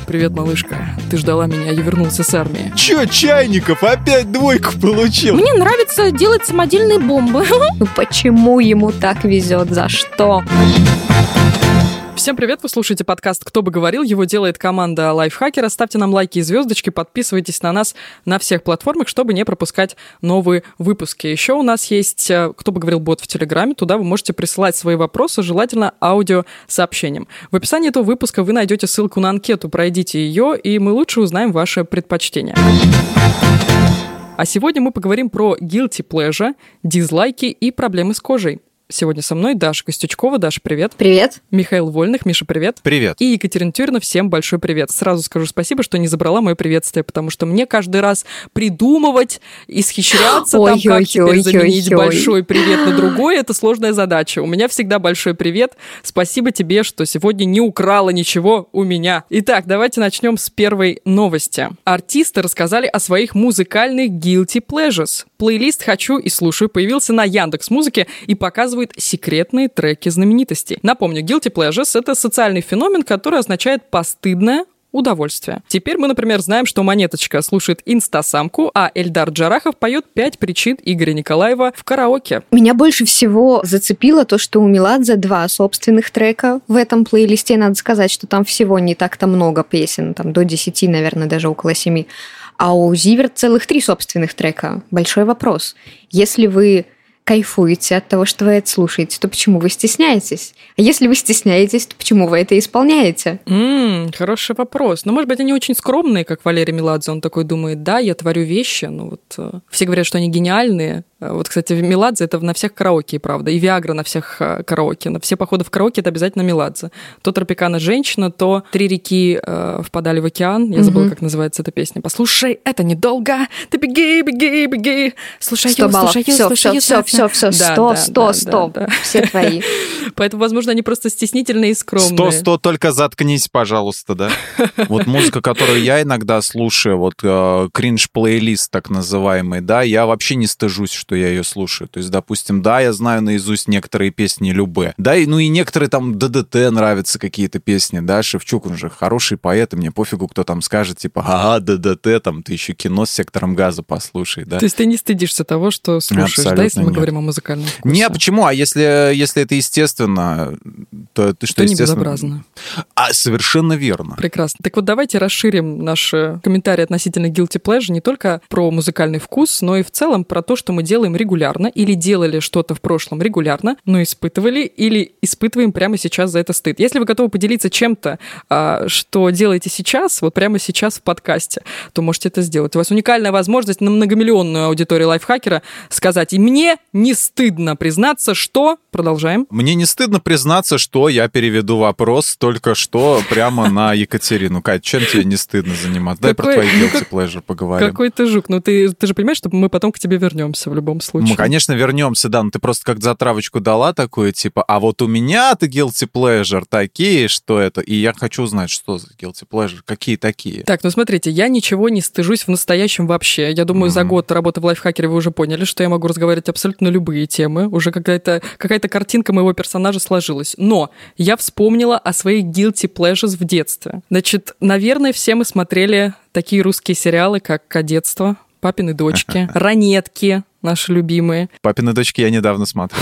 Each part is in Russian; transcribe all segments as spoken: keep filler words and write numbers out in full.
Привет, малышка. Ты ждала меня, я вернулся с армии. Чё, Чайников, опять двойку получил? Мне нравится делать самодельные бомбы. Ну почему ему так везет? За что? Всем привет, вы слушаете подкаст «Кто бы говорил», его делает команда Лайфхакера. Ставьте нам лайки и звездочки, подписывайтесь на нас на всех платформах, чтобы не пропускать новые выпуски. Еще у нас есть «Кто бы говорил» бот в Телеграме, туда вы можете присылать свои вопросы, желательно аудиосообщением. В описании этого выпуска вы найдете ссылку на анкету, пройдите ее, и мы лучше узнаем ваши предпочтения. А сегодня мы поговорим про guilty pleasure, дизлайки и проблемы с кожей. Сегодня со мной Даша Костючкова. Даша, привет. Привет. Михаил Вольных. Миша, привет. Привет. И Екатерина Тюрина. Всем большой привет. Сразу скажу спасибо, что не забрала мое приветствие, потому что мне каждый раз придумывать, исхищряться, там, как теперь заменить большой привет на другой, это сложная задача. У меня всегда большой привет. Спасибо тебе, что сегодня не украла ничего у меня. Итак, давайте начнем с первой новости. Артисты рассказали о своих музыкальных guilty pleasures. Плейлист «Хочу и слушаю» появился на Яндекс.Музыке и показывает секретные треки знаменитостей. Напомню, guilty pleasures — это социальный феномен, который означает постыдное удовольствие. Теперь мы, например, знаем, что Монеточка слушает инстасамку, а Эльдар Джарахов поет «Пять причин» Игоря Николаева в караоке. Меня больше всего зацепило то, что у Меладзе два собственных трека в этом плейлисте. Надо сказать, что там всего не так-то много песен, там до десяти, наверное, даже около семи. А у Зиверт целых три собственных трека. Большой вопрос. Если вы кайфуете от того, что вы это слушаете, то почему вы стесняетесь? А если вы стесняетесь, то почему вы это исполняете? М-м, хороший вопрос. Но, может быть, они очень скромные, как Валерий Меладзе. Он такой думает, да, я творю вещи, ну вот э, все говорят, что они гениальные. Вот, кстати, Меладзе — это на всех караоке, правда, и Виагра на всех караоке. На все походы в караоке — это обязательно Меладзе. То Тропикана женщина, то Три реки э, впадали в океан. Я забыла, угу. как называется эта песня. Послушай, это недолго, ты беги, беги, беги. Слушай, сто баллов. слушай, все, слушай, все, все, все, все, сто, сто, сто, все твои. Поэтому, возможно, они просто стеснительные и скромные. Сто, сто, только заткнись, пожалуйста, да? Вот музыка, которую я иногда слушаю, вот кринж-плейлист так называемый, да, я вообще не стыжусь, что я ее слушаю. То есть, допустим, да, я знаю наизусть некоторые песни Любэ. Да, и, ну и некоторые там ДДТ нравятся какие-то песни, да, Шевчук, он же хороший поэт, и мне пофигу, кто там скажет, типа, ага, ДДТ, там, ты еще кино с сектором газа послушай, да. То есть ты не стыдишься того, что слушаешь, абсолютно, да, если мы нет. говорим о музыкальном вкусе? Не, почему? А если, если это естественно, то ты что, то естественно? не безобразно. А, совершенно верно. Прекрасно. Так вот, давайте расширим наш комментарий относительно guilty pleasure не только про музыкальный вкус, но и в целом про то, что мы делаем регулярно, или делали что-то в прошлом регулярно, но испытывали или испытываем прямо сейчас за это стыд. Если вы готовы поделиться чем-то, что делаете сейчас, вот прямо сейчас в подкасте, то можете это сделать. У вас уникальная возможность на многомиллионную аудиторию Лайфхакера сказать, и мне не стыдно признаться, что... Продолжаем. Мне не стыдно признаться, что я переведу вопрос только что прямо на Екатерину. Кать, чем тебе не стыдно заниматься? Дай Какой, про твои ну, guilty pleasure поговорим. Какой ты жук. Ну, ты, ты же понимаешь, что мы потом к тебе вернемся в любом случае. Мы, конечно, вернемся, да, но ты просто как затравочку дала такую, типа, а вот у меня-то guilty pleasure такие, что это, и я хочу узнать, что за guilty pleasure, какие такие. Так, ну смотрите, я ничего не стыжусь в настоящем вообще. Я думаю, mm-hmm. за год работы в Лайфхакере вы уже поняли, что я могу разговаривать абсолютно любые темы. Уже какая-то, какая-то картинка моего персонажа сложилась. Но я вспомнила о своих guilty pleasures в детстве. Значит, наверное, все мы смотрели такие русские сериалы, как «Кадетство», «Папины дочки», «Ранетки», наши любимые. «Папины дочки» я недавно смотрел.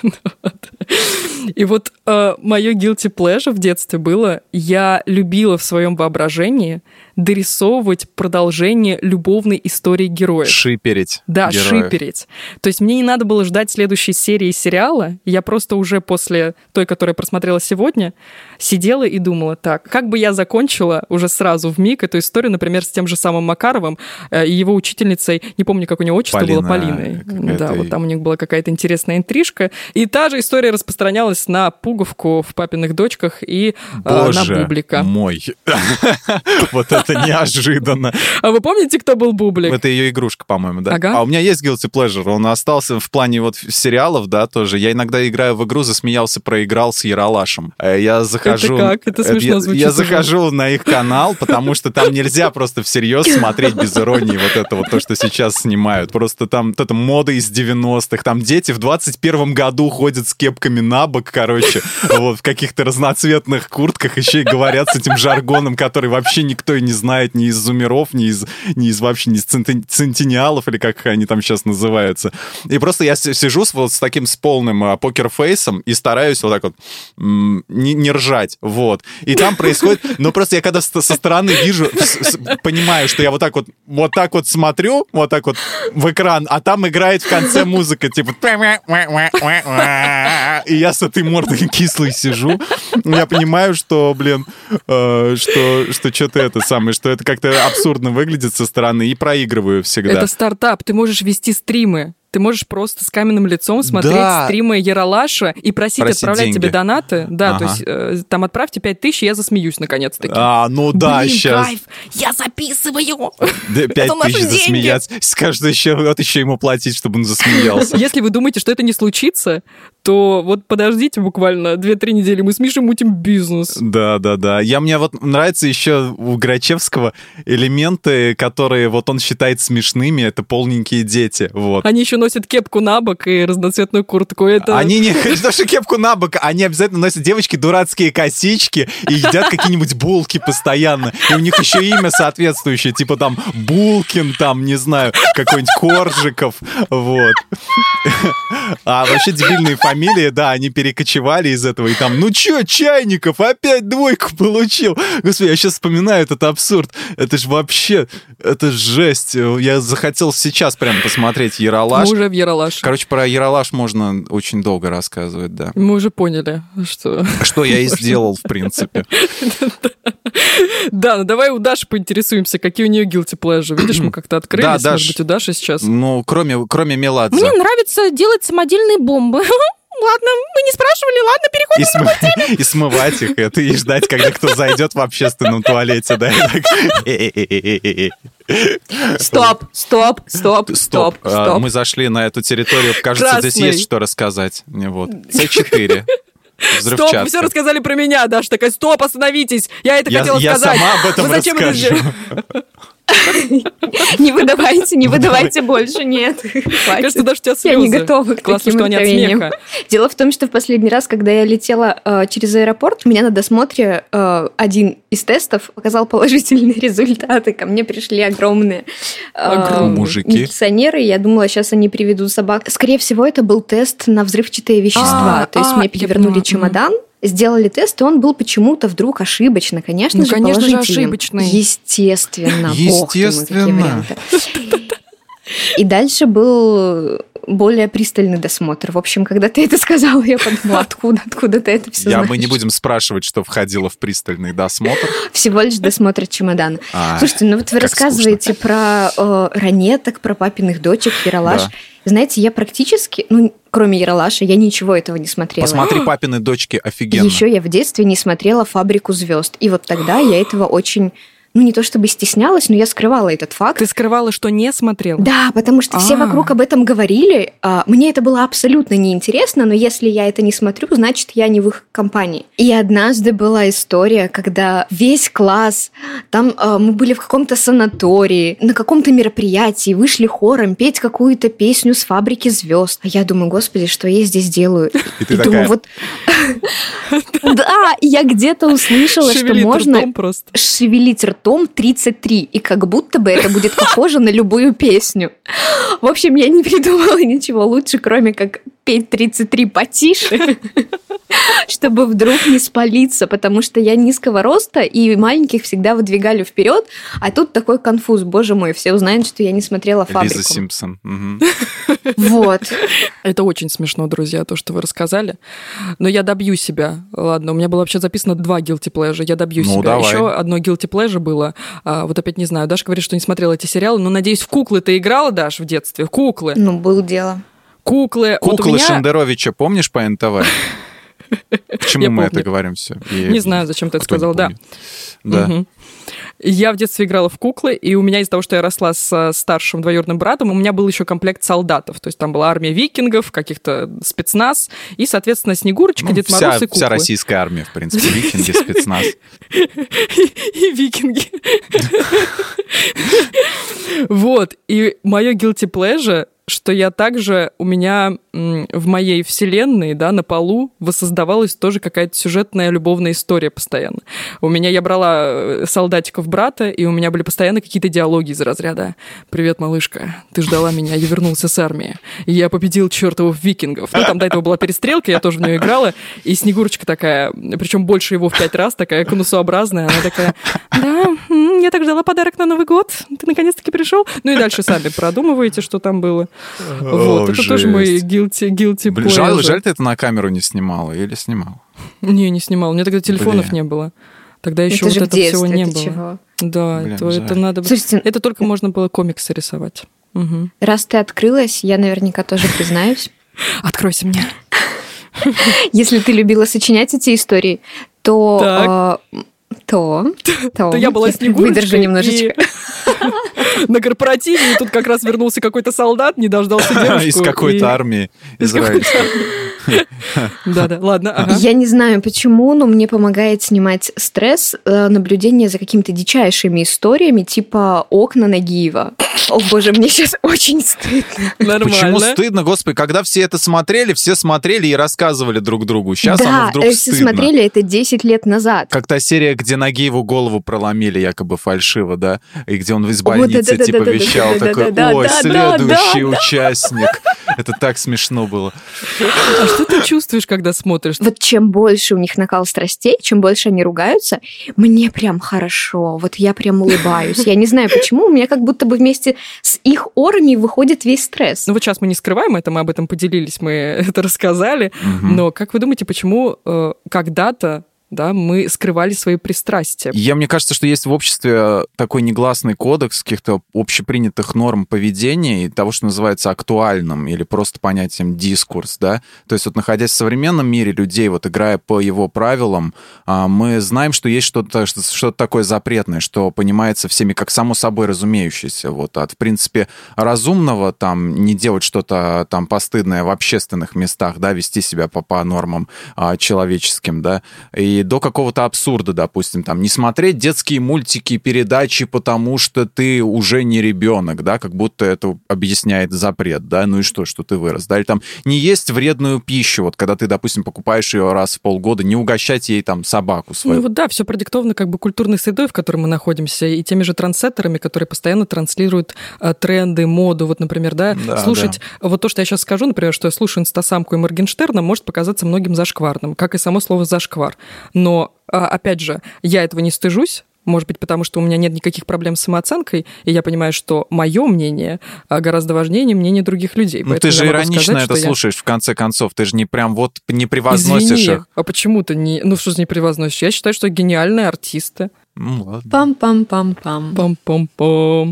И вот э, мое guilty pleasure в детстве было, я любила в своем воображении дорисовывать продолжение любовной истории героев. Шиперить Да, героев. шиперить. То есть мне не надо было ждать следующей серии сериала, я просто уже после той, которую я просмотрела сегодня, сидела и думала, так, как бы я закончила уже сразу вмиг эту историю, например, с тем же самым Макаровым э, и его учительницей, не помню, как у него отчество Полина, было, Полиной. Да, вот там у них была какая-то интересная интрижка. И та же история распространялась на Пуговку в «Папиных дочках» и Боже на Бублика. мой. Вот это неожиданно. А вы помните, кто был Бублик? Это ее игрушка, по-моему, да? Ага. А у меня есть guilty pleasure. Он остался в плане вот сериалов, да, тоже. Я иногда играю в игру, засмеялся, проиграл с Ералашем. Я захожу... Это как? Это смешно звучит. Я захожу на их канал, потому что там нельзя просто всерьез смотреть без иронии вот это вот то, что сейчас снимают. Просто там вот эта мода из девяностых. Там дети в двадцать первом году ходят с кепкой улыбками на бок, короче, вот, в каких-то разноцветных куртках, еще и говорят с этим жаргоном, который вообще никто и не знает ни из зумеров, ни из, ни из вообще, ни из центениалов, или как они там сейчас называются. И просто я сижу с, вот с таким, с полным а, покерфейсом и стараюсь вот так вот м- не, не ржать, вот. И там происходит, ну просто я когда со стороны вижу, понимаю, что я вот так вот, вот так вот смотрю, вот так вот в экран, а там играет в конце музыка, типа... И я с этой мордой кислой сижу. Я понимаю, что, блин, э, что, что что-то это самое, что это как-то абсурдно выглядит со стороны, и проигрываю всегда. Это стартап, ты можешь вести стримы. Ты можешь просто с каменным лицом смотреть да. стримы Ералаша и просить, просить отправлять деньги. Тебе донаты. Да, ага. то есть э, там отправьте пять тысяч, и я засмеюсь наконец-таки. А, ну да, Блин, сейчас. Кайф, я записываю. пять тысяч засмеяться. Скажут, еще, вот еще ему платить, чтобы он засмеялся. Если вы думаете, что это не случится, то вот подождите буквально две-три недели, мы с Мишей мутим бизнес. Да, да, да. Я, мне вот нравится еще у Грачевского элементы, которые вот он считает смешными, это полненькие дети. Вот. Они еще носят кепку на бок и разноцветную куртку. Это... Они не даже кепку на бок, они обязательно носят, девочки, дурацкие косички и едят какие-нибудь булки постоянно. И у них еще имя соответствующее, типа там Булкин, там, не знаю, какой-нибудь Коржиков. Вот. А вообще дебильные фамилии. Фамилии, да, они перекочевали из этого, и там, ну чё, Чайников опять двойку получил. Господи, я сейчас вспоминаю этот абсурд. Это ж вообще, это ж жесть. Я захотел сейчас прям посмотреть Ералаш. Мы уже в Ералаше. Короче, про Ералаш можно очень долго рассказывать, да. Мы уже поняли, что... Что я и сделал, в принципе. Да, ну давай у Даши поинтересуемся, какие у нее guilty pleasure. Видишь, мы как-то открылись, может быть, у Даши сейчас. Ну, кроме, кроме Меладзе. Мне нравится делать самодельные бомбы. Ладно, мы не спрашивали, ладно, переходим и, к другой теме. И смывать их, это, и ждать, когда кто зайдет в общественном туалете, да, Стоп, стоп, стоп, стоп, стоп. Мы зашли на эту территорию, кажется, здесь есть что рассказать. Вот. С четыре. Стоп, вы все рассказали про меня, Даша такая, стоп, остановитесь, я это я, хотела я сказать. Я сама об этом расскажу. Не выдавайте, не выдавайте больше, нет. Кажется, даже у тебя слезы. Я не готова к Классно, таким что они от смеха. Дело в том, что в последний раз, когда я летела э, через аэропорт, у меня на досмотре э, один из тестов показал положительные результаты. Ко мне пришли огромные э, милиционеры. Я думала, сейчас они приведут собак. Скорее всего, это был тест на взрывчатые вещества. А, То есть а, мне перевернули чемодан, сделали тест, и он был почему-то вдруг ошибочно. Конечно ну, же, конечно же, положительным. ошибочный. Естественно. Естественно. И дальше был более пристальный досмотр. В общем, когда ты это сказала, я подумала, откуда, откуда ты это все я, знаешь? Мы не будем спрашивать, что входило в пристальный досмотр. Всего лишь досмотр чемодана. А, Слушайте, ну вот вы рассказываете скучно. про э, ранеток, про папиных дочек, Ералаш. Да. Знаете, я практически, ну, кроме Ералаша, я ничего этого не смотрела. Посмотри «Папины дочки», офигенно. Еще я в детстве не смотрела «Фабрику звезд». И вот тогда я этого очень... Ну, не то чтобы стеснялась, но я скрывала этот факт. Ты скрывала, что не смотрела? Да, потому что А-а-а. все вокруг об этом говорили. Мне это было абсолютно неинтересно, но если я это не смотрю, значит, я не в их компании. И однажды была история, когда весь класс, там мы были в каком-то санатории, на каком-то мероприятии, вышли хором петь какую-то песню с «Фабрики звезд». А я думаю, господи, что я здесь делаю? И ты такая... Да, я где-то услышала, что можно шевелить ртом тридцать три, и как будто бы это будет похоже на любую песню. В общем, я не придумала ничего лучше, кроме как петь тридцать три потише, чтобы вдруг не спалиться, потому что я низкого роста, и маленьких всегда выдвигали вперед, а тут такой конфуз, боже мой, все узнают, что я не смотрела «Фабрику». Лиза Симпсон. Вот. Это очень смешно, друзья, то, что вы рассказали. Но я добью себя. Ладно, у меня было вообще записано два guilty pleasure, я добью ну, себя. Давай. Еще одно guilty pleasure было. А, вот опять не знаю, Даша говорит, что не смотрела эти сериалы, но, надеюсь, в куклы ты играла, Даш, в детстве? В куклы? Ну, было дело. Куклы. Куклы вот меня... Шендеровича, помнишь по эн тэ вэ? К чему я мы помню. это говорим все? Я... Не знаю, зачем ты это сказал, да. Да. Угу. Я в детстве играла в куклы, и у меня из-за того, что я росла с старшим двоюродным братом, у меня был еще комплект солдатов. То есть там была армия викингов, каких-то спецназ, и, соответственно, Снегурочка, ну, Дед вся, Мороз и куклы. Вся российская армия, в принципе, викинги, спецназ. И викинги. Вот. И мое guilty pleasure что я также, у меня м, в моей вселенной, да, на полу воссоздавалась тоже какая-то сюжетная любовная история постоянно. У меня, я брала солдатиков брата, и у меня были постоянно какие-то диалоги из разряда: «Привет, малышка, ты ждала меня, я вернулся с армии, и я победил чертовых викингов». Ну, там до этого была перестрелка, я тоже в нее играла, и Снегурочка такая, причем больше его в пять раз, такая конусообразная, она такая: «Да, я так ждала подарок на Новый год, ты наконец-таки пришел». Ну и дальше сами продумываете, что там было. Вот, это жесть. тоже мой guilty, guilty Блин, pleasure. жаль, жаль, ты это на камеру не снимала или снимала? Не, не снимал. У меня тогда телефонов Блин. не было. Тогда еще Это вот же в этого всего детстве, не ты было. чего? Да, Блин, это, жаль. это надо. Слушайте, Это только можно было комиксы рисовать. Угу. раз ты открылась, я наверняка тоже признаюсь. Откройся мне. Если ты любила сочинять эти истории, то... э, То, то, То я была Снегурочкой. Выдержу немножечко. и На корпоративе, и тут как раз вернулся какой-то солдат, не дождался девушку. Из какой-то и- армии Из какой-то израильской. армии. Да-да, ладно, ага. Я не знаю почему, но мне помогает снимать стресс э, наблюдение за какими-то дичайшими историями, типа «Окна» Нагиева. О боже, мне сейчас очень стыдно. Нормально. Почему стыдно, господи? Когда все это смотрели, все смотрели и рассказывали друг другу. Сейчас оно Да, вдруг э, все стыдно. смотрели это десять лет назад. Как та серия, где Нагиеву голову проломили якобы фальшиво, да? И где он из О, больницы да-да-да-да-да-да-да-да-да-да, типа вещал, такой: да, ой, да, следующий да, да. участник. Это так смешно было. А что ты чувствуешь, когда смотришь? Вот чем больше у них накал страстей, чем больше они ругаются, мне прям хорошо. Вот я прям улыбаюсь. Я не знаю почему, у меня как будто бы вместе с их орами выходит весь стресс. Ну вот сейчас мы не скрываем это, мы об этом поделились, мы это рассказали. Мгм. Но как вы думаете, почему э, когда-то, да, мы скрывали свои пристрастия? Я, мне кажется, что есть в обществе такой негласный кодекс каких-то общепринятых норм поведения и того, что называется актуальным или просто понятием дискурс, да. То есть вот находясь в современном мире людей, вот играя по его правилам, а, мы знаем, что есть что-то, что- что-то такое запретное, что понимается всеми как само собой разумеющееся. Вот. От, в принципе, разумного там не делать что-то там постыдное в общественных местах, да, вести себя по, по нормам а, человеческим, да, и до какого-то абсурда, допустим, там, не смотреть детские мультики, передачи, потому что ты уже не ребенок, да, как будто это объясняет запрет, да, ну и что, что ты вырос, да, или там не есть вредную пищу, вот когда ты, допустим, покупаешь ее раз в полгода, не угощать ей там собаку свою. Ну вот да, все продиктовано как бы культурной средой, в которой мы находимся, и теми же трендсеттерами, которые постоянно транслируют э, тренды, моду. Вот, например, да, Да, слушать вот то, что я сейчас скажу, например, что я слушаю «Инстасамку» и Моргенштерна, может показаться многим зашкварным, как и само слово «зашквар». Но, а, опять же, я этого не стыжусь, может быть, потому что у меня нет никаких проблем с самооценкой, и я понимаю, что мое мнение а, гораздо важнее мнения других людей. Ну Поэтому ты же я могу иронично сказать, это что я- слушаешь, в конце концов, ты же не прям вот не превозносишь Извини, их. а почему ты не... Ну, что ж не превозносишь? Я считаю, что гениальные артисты. Ну ладно. Пам-пам-пам-пам. Пам-пам-пам.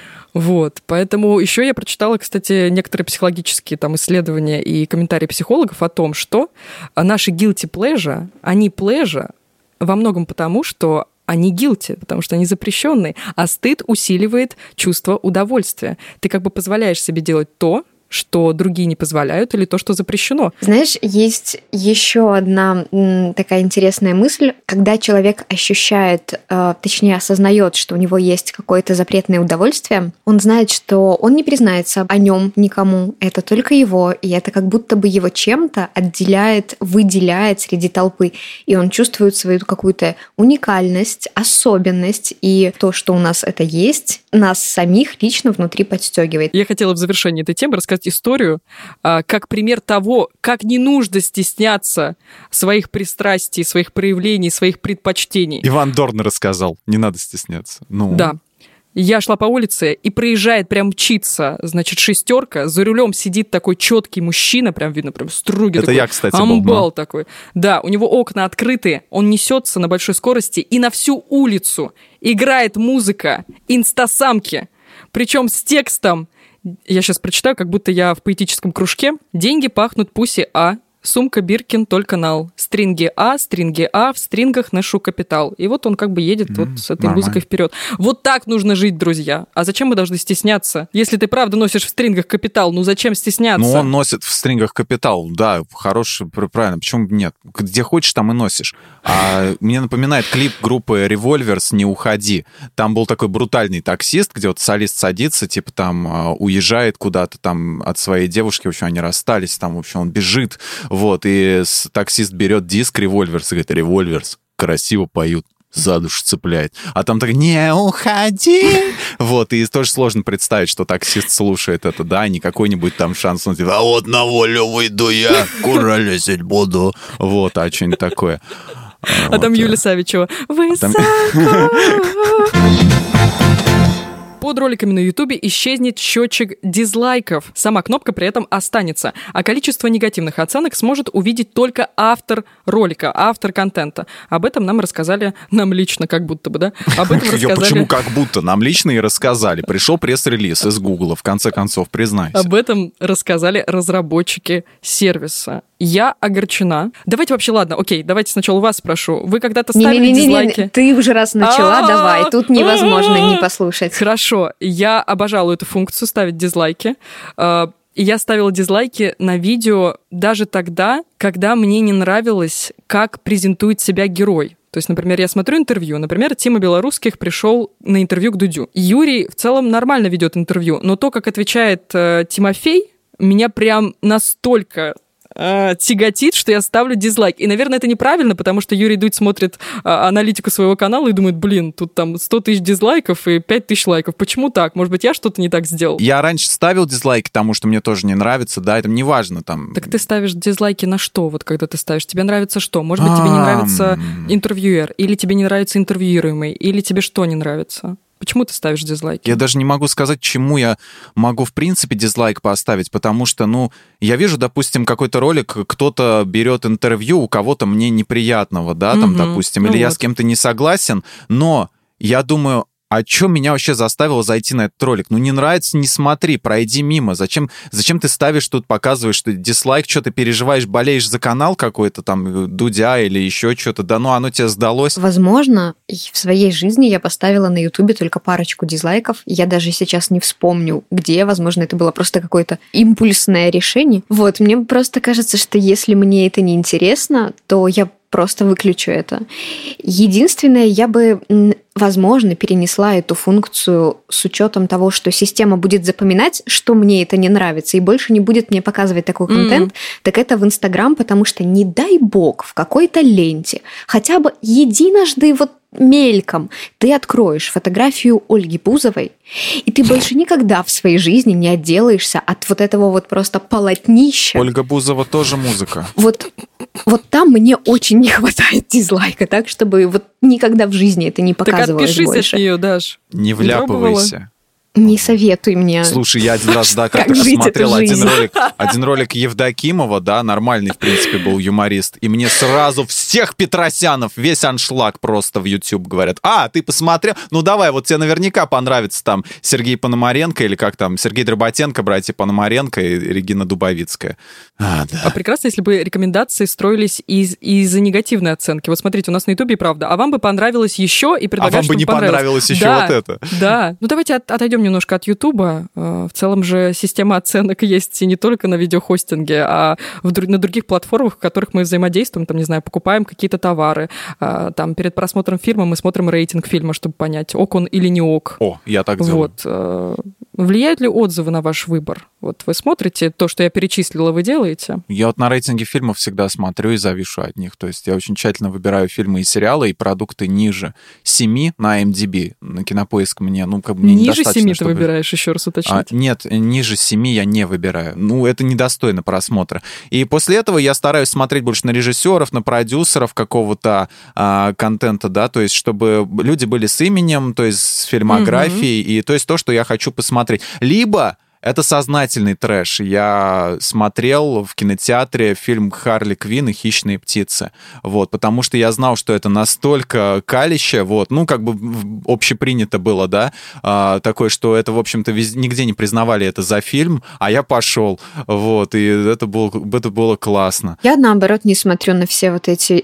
Вот, поэтому еще я прочитала, кстати, некоторые психологические там исследования и комментарии психологов о том, что наши guilty pleasure, они pleasure во многом потому, что они guilty, потому что они запрещенные, а стыд усиливает чувство удовольствия. Ты как бы позволяешь себе делать то, что другие не позволяют, или то, что запрещено. Знаешь, есть еще одна м, такая интересная мысль, когда человек ощущает, э, точнее осознает, что у него есть какое-то запретное удовольствие, он знает, что он не признается о нем никому, это только его, и это как будто бы его чем-то отделяет, выделяет среди толпы, и он чувствует свою какую-то уникальность, особенность, и то, что у нас это есть, нас самих лично внутри подстегивает. Я хотела в завершении этой темы рассказать историю, а, как пример того, как не нужно стесняться своих пристрастий, своих проявлений, своих предпочтений. Иван Дорн рассказал, не надо стесняться. Ну. Да. Я шла по улице, и проезжает, прям мчится, значит, шестерка, за рулем сидит такой четкий мужчина, прям видно, прям строгий Это такой. я, кстати, был, амбал но- такой. Да, у него окна открыты, он несется на большой скорости, и на всю улицу играет музыка «Инстасамки», причем с текстом, я сейчас прочитаю, как будто я в поэтическом кружке. «Деньги пахнут пуси, а сумка Биркин только нал. Стринги А, стринги А, в стрингах ношу капитал. И вот он как бы едет mm, вот с этой нормально. Музыкой вперед. Вот так нужно жить, друзья. А зачем мы должны стесняться? Если ты правда носишь в стрингах капитал, ну зачем стесняться? Ну он носит в стрингах капитал, да, хороший, правильно. Почему нет? Где хочешь, там и носишь. А мне напоминает клип группы Revolvers «Не уходи». Там был такой брутальный таксист, где вот солист садится, типа там уезжает куда-то там от своей девушки, в общем, они расстались, там, в общем, он бежит, вот, и таксист берет диск Revolvers и говорит: Revolvers красиво поют, за душу цепляет. А там так: не уходи! Вот, и тоже сложно представить, что таксист слушает это, да, не какой-нибудь там шансон, типа: а вот на волю выйду я, куролесить буду. Вот, а что-нибудь такое. А вот. Там Юлия Савичева: высоко. Под роликами на Ютубе исчезнет счетчик дизлайков. Сама кнопка при этом останется, а количество негативных оценок сможет увидеть только автор ролика, автор контента. Об этом нам рассказали, нам лично как будто бы, да? Об этом рассказали... Почему как будто? Нам лично и рассказали. Пришел пресс-релиз из Гугла, в конце концов, признайся. Об этом рассказали разработчики сервиса. Я огорчена. Давайте вообще, ладно, окей, давайте сначала вас спрошу. Вы когда-то ставили не, не, не, дизлайки? Не, ты уже раз начала, давай. Тут невозможно не послушать. Хорошо. Я обожала эту функцию, ставить дизлайки. Я ставила дизлайки на видео даже тогда, когда мне не нравилось, как презентует себя герой. То есть, например, я смотрю интервью, например, Тима Белорусских пришел на интервью к Дудю. Юрий в целом нормально ведет интервью, но то, как отвечает э, Тимофей, меня прям настолько... тяготит, что я ставлю дизлайк. И, наверное, это неправильно, потому что Юрий Дудь смотрит а, аналитику своего канала и думает: блин, тут там сто тысяч дизлайков и пять тысяч лайков. Почему так? Может быть, я что-то не так сделал? Я раньше ставил дизлайки, потому что мне тоже не нравится, да, это не важно там. Так ты ставишь дизлайки на что, вот когда ты ставишь? Тебе нравится что? Может быть, тебе не нравится интервьюер, или тебе не нравится интервьюируемый, или тебе что не нравится? Почему ты ставишь дизлайки? Я даже не могу сказать, чему я могу, в принципе, дизлайк поставить, потому что, ну, я вижу, допустим, какой-то ролик, кто-то берет интервью у кого-то мне неприятного, да, там, угу. допустим, ну или вот. Я с кем-то не согласен, но я думаю... А что меня вообще заставило зайти на этот ролик? Ну, не нравится, не смотри, пройди мимо. Зачем, зачем ты ставишь тут, показываешь, что дизлайк, что ты переживаешь, болеешь за канал какой-то там, Дудя или еще что-то? Да ну, оно тебе сдалось. Возможно, в своей жизни я поставила на Ютубе только парочку дизлайков. Я даже сейчас не вспомню, где. Возможно, это было просто какое-то импульсное решение. Вот, мне просто кажется, что если мне это не интересно, то я просто выключу это. Единственное, я бы, возможно, перенесла эту функцию с учетом того, что система будет запоминать, что мне это не нравится, и больше не будет мне показывать такой контент, mm-hmm. так это в Инстаграм, потому что, не дай бог, в какой-то ленте хотя бы единожды вот мельком ты откроешь фотографию Ольги Бузовой, и ты больше никогда в своей жизни не отделаешься от вот этого вот просто полотнища. Ольга Бузова тоже музыка. Вот, вот там мне очень не хватает дизлайка, так, чтобы вот никогда в жизни это не показывалось больше. Так отпишись больше. от нее, Даш. Не вляпывайся. Не советуй мне. Слушай, я один раз, да, как-то посмотрел один ролик, один ролик Евдокимова, да, нормальный, в принципе, был юморист, и мне сразу всех Петросянов, весь аншлаг просто в YouTube говорят: а, ты посмотрел? Ну давай, вот тебе наверняка понравится там Сергей Пономаренко или как там, Сергей Дроботенко, братья Пономаренко и Регина Дубовицкая. А, да. А прекрасно, если бы рекомендации строились из- из-за негативной оценки. Вот смотрите, у нас на Ютубе, правда, а вам бы понравилось еще, и предлагают, а вам бы не понравилось еще да, вот это. Да, ну давайте от- отойдем немножко от Ютуба. В целом же система оценок есть и не только на видеохостинге, а в, на других платформах, в которых мы взаимодействуем, там, не знаю, покупаем какие-то товары. Там перед просмотром фильма мы смотрим рейтинг фильма, чтобы понять, ок он или не ок. О, я так делаю. Вот. Влияют ли отзывы на ваш выбор? Вот вы смотрите то, что я перечислила, вы делаете? Я вот на рейтинге фильмов всегда смотрю и завишу от них. То есть я очень тщательно выбираю фильмы и сериалы, и продукты ниже семи на эм ди би. На Кинопоиск мне, ну, как бы мне ниже недостаточно, семи чтобы... ты выбираешь, еще раз уточнить? А, нет, ниже семи я не выбираю. Ну, это недостойно просмотра. И после этого я стараюсь смотреть больше на режиссеров, на продюсеров какого-то а, контента, да, то есть чтобы люди были с именем, то есть с фильмографией, mm-hmm. и то есть то, что я хочу посмотреть. Либо Это сознательный трэш. Я смотрел в кинотеатре фильм «Харли Квинн и хищные птицы». Вот, потому что я знал, что это настолько калище, вот, ну, как бы общепринято было, да, а, такое, что это, в общем-то, вез... нигде не признавали это за фильм, а я пошел, вот, и это было, это было классно. Я, наоборот, не смотрю на все вот эти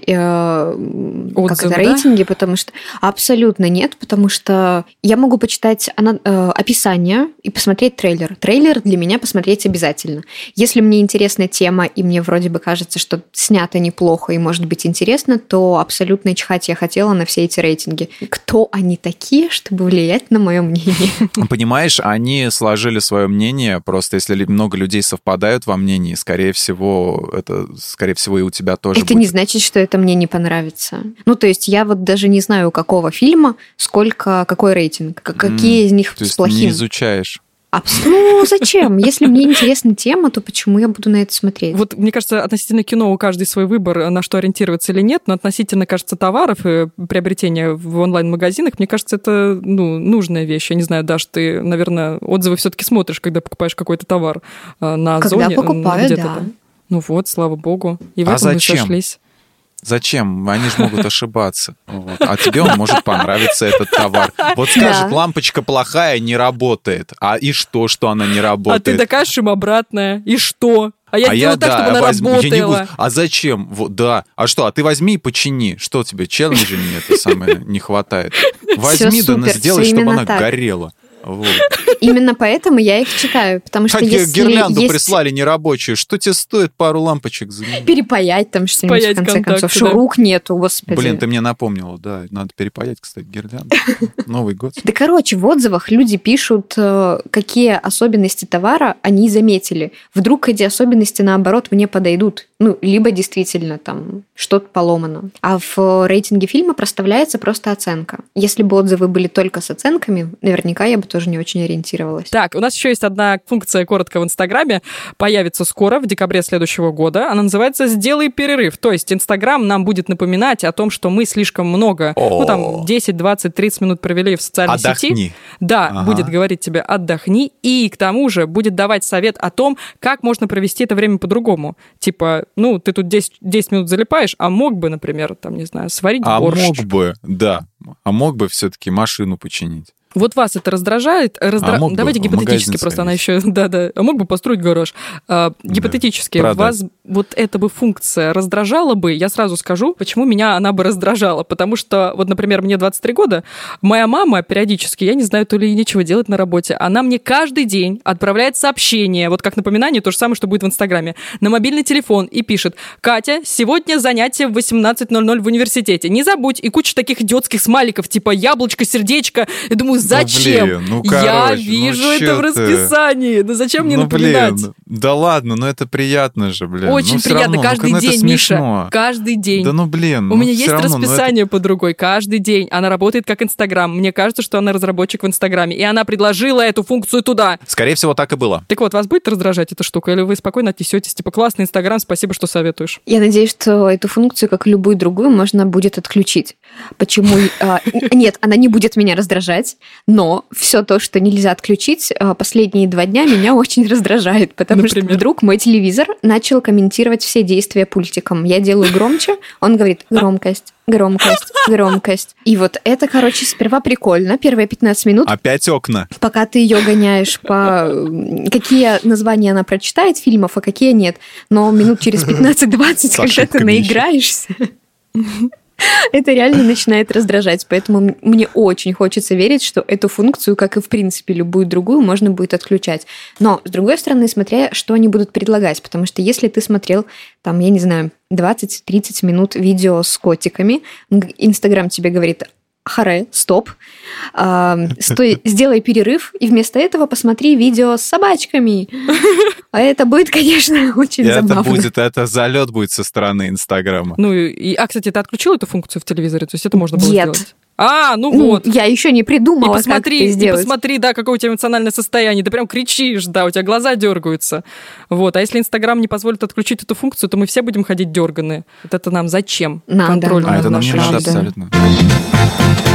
э, Отзывы, как это, да? рейтинги, потому что абсолютно нет, потому что я могу почитать э, описание и посмотреть трейлер. Трейлер для меня посмотреть обязательно. Если мне интересна тема, и мне вроде бы кажется, что снято неплохо и может быть интересно, то абсолютно чихать я хотела на все эти рейтинги. Кто они такие, чтобы влиять на мое мнение? Понимаешь, они сложили свое мнение, просто если много людей совпадают во мнении, скорее всего, это, скорее всего, и у тебя тоже Это будет. не значит, что это мне не понравится. Ну, то есть я вот даже не знаю, у какого фильма, сколько, какой рейтинг, какие mm, из них то с есть плохим. Не изучаешь. Абс... Ну, зачем? Если мне интересна тема, то почему я буду на это смотреть? Вот, мне кажется, относительно кино у каждого свой выбор, на что ориентироваться или нет, но относительно, кажется, товаров и приобретения в онлайн-магазинах, мне кажется, это, ну, нужная вещь. Я не знаю, Даш, ты, наверное, отзывы все-таки смотришь, когда покупаешь какой-то товар на Озоне. Когда покупаю, да. Там. Ну вот, слава богу. И в а этом зачем? мы сошлись. Зачем? Они же могут ошибаться. Вот. А тебе он может понравиться, этот товар. Вот скажет, да. лампочка плохая, не работает. А и что, что она не работает? А ты докажешь им обратное. И что? А я а сделаю я, так, да, чтобы она возьму, работала. Я не буду. А зачем? Вот, да. А что? А ты возьми и почини. Что тебе, челленджа мне это самое не хватает? Возьми, да сделай, чтобы она так. горела. Вот. Именно поэтому я их читаю, потому что как если гирлянду есть... прислали нерабочую, что тебе стоит пару лампочек заменить? Перепаять там что-нибудь, в конце концов, что да. рук нету, господи. Блин, ты мне напомнила, да, надо перепаять, кстати, гирлянду. Новый год. Да, короче, в отзывах люди пишут, какие особенности товара они заметили. Вдруг эти особенности, наоборот, мне подойдут. Ну, либо действительно там что-то поломано. А в рейтинге фильма проставляется просто оценка. Если бы отзывы были только с оценками, наверняка я бы тоже не очень ориентировалась. Так, у нас еще есть одна функция коротко в Инстаграме. Появится скоро, в декабре следующего года. Она называется «Сделай перерыв». То есть Инстаграм нам будет напоминать о том, что мы слишком много, О-о-о. ну там десять, двадцать, тридцать минут провели в социальной Отдохни. сети. Да, ага. будет говорить тебе «отдохни». И к тому же будет давать совет о том, как можно провести это время по-другому. Типа, ну, ты тут десять, десять минут залипаешь, а мог бы, например, там, не знаю, сварить а борщ. А мог бы, да. А мог бы все-таки машину починить. Вот вас это раздражает? Раздра... А Давайте бы, гипотетически, просто она еще... Да-да. А мог бы построить гараж? А, гипотетически, да, вас вот эта бы функция раздражала бы, я сразу скажу, почему меня она бы раздражала. Потому что, вот, например, мне двадцать три года, моя мама периодически, я не знаю, то ли нечего делать на работе, она мне каждый день отправляет сообщение, вот как напоминание, то же самое, что будет в Инстаграме, на мобильный телефон и пишет: «Катя, сегодня занятие в восемнадцать ноль ноль в университете. Не забудь». И куча таких идиотских смайликов, типа яблочко, сердечко. Я думаю, зачем? Ну, блин, ну, короче, я вижу ну, это в расписании. Ну зачем мне ну, напоминать? Блин, да ладно, ну это приятно же, блин. Очень ну, приятно. равно, Каждый ну, день, Миша. Каждый день. Да ну блин. У ну, меня есть равно, расписание это... по другой. Каждый день. Она работает как Инстаграм. Мне кажется, что она разработчик в Инстаграме. И она предложила эту функцию туда. Скорее всего, так и было. Так вот, вас будет раздражать эта штука? Или вы спокойно отнесетесь? Типа, классный Инстаграм, спасибо, что советуешь. Я надеюсь, что эту функцию, как и любую другую, можно будет отключить. Почему? Нет, она не будет меня раздражать, но все то, что нельзя отключить, последние два дня меня очень раздражает, потому что вдруг мой телевизор начал комментировать все действия пультиком. Я делаю громче, он говорит: громкость, громкость, громкость. И вот это, короче, сперва прикольно. Первые пятнадцать минут. Опять окна. Пока ты ее гоняешь по... Какие названия она прочитает фильмов, а какие нет. Но минут через пятнадцать-двадцать, когда ты наиграешься... Это реально начинает раздражать, поэтому мне очень хочется верить, что эту функцию, как и в принципе любую другую, можно будет отключать. Но, с другой стороны, смотря, что они будут предлагать, потому что если ты смотрел, там, я не знаю, двадцать-тридцать минут видео с котиками, Инстаграм тебе говорит: харе, стоп, а, стой, сделай перерыв, и вместо этого посмотри видео с собачками. А это будет, конечно, очень это забавно. Будет, это залет будет со стороны Инстаграма. Ну, и, а, кстати, ты отключил эту функцию в телевизоре? То есть это можно было Нет. сделать? А, ну, ну вот. Я еще не придумала, и посмотри, как это сделать. И посмотри, да, какое у тебя эмоциональное состояние. Ты прям кричишь, да, у тебя глаза дергаются. Вот. А если Инстаграм не позволит отключить эту функцию, то мы все будем ходить дерганые. Вот это нам зачем? Надо. Контроль а над это нам не нашей надо жизнью. абсолютно.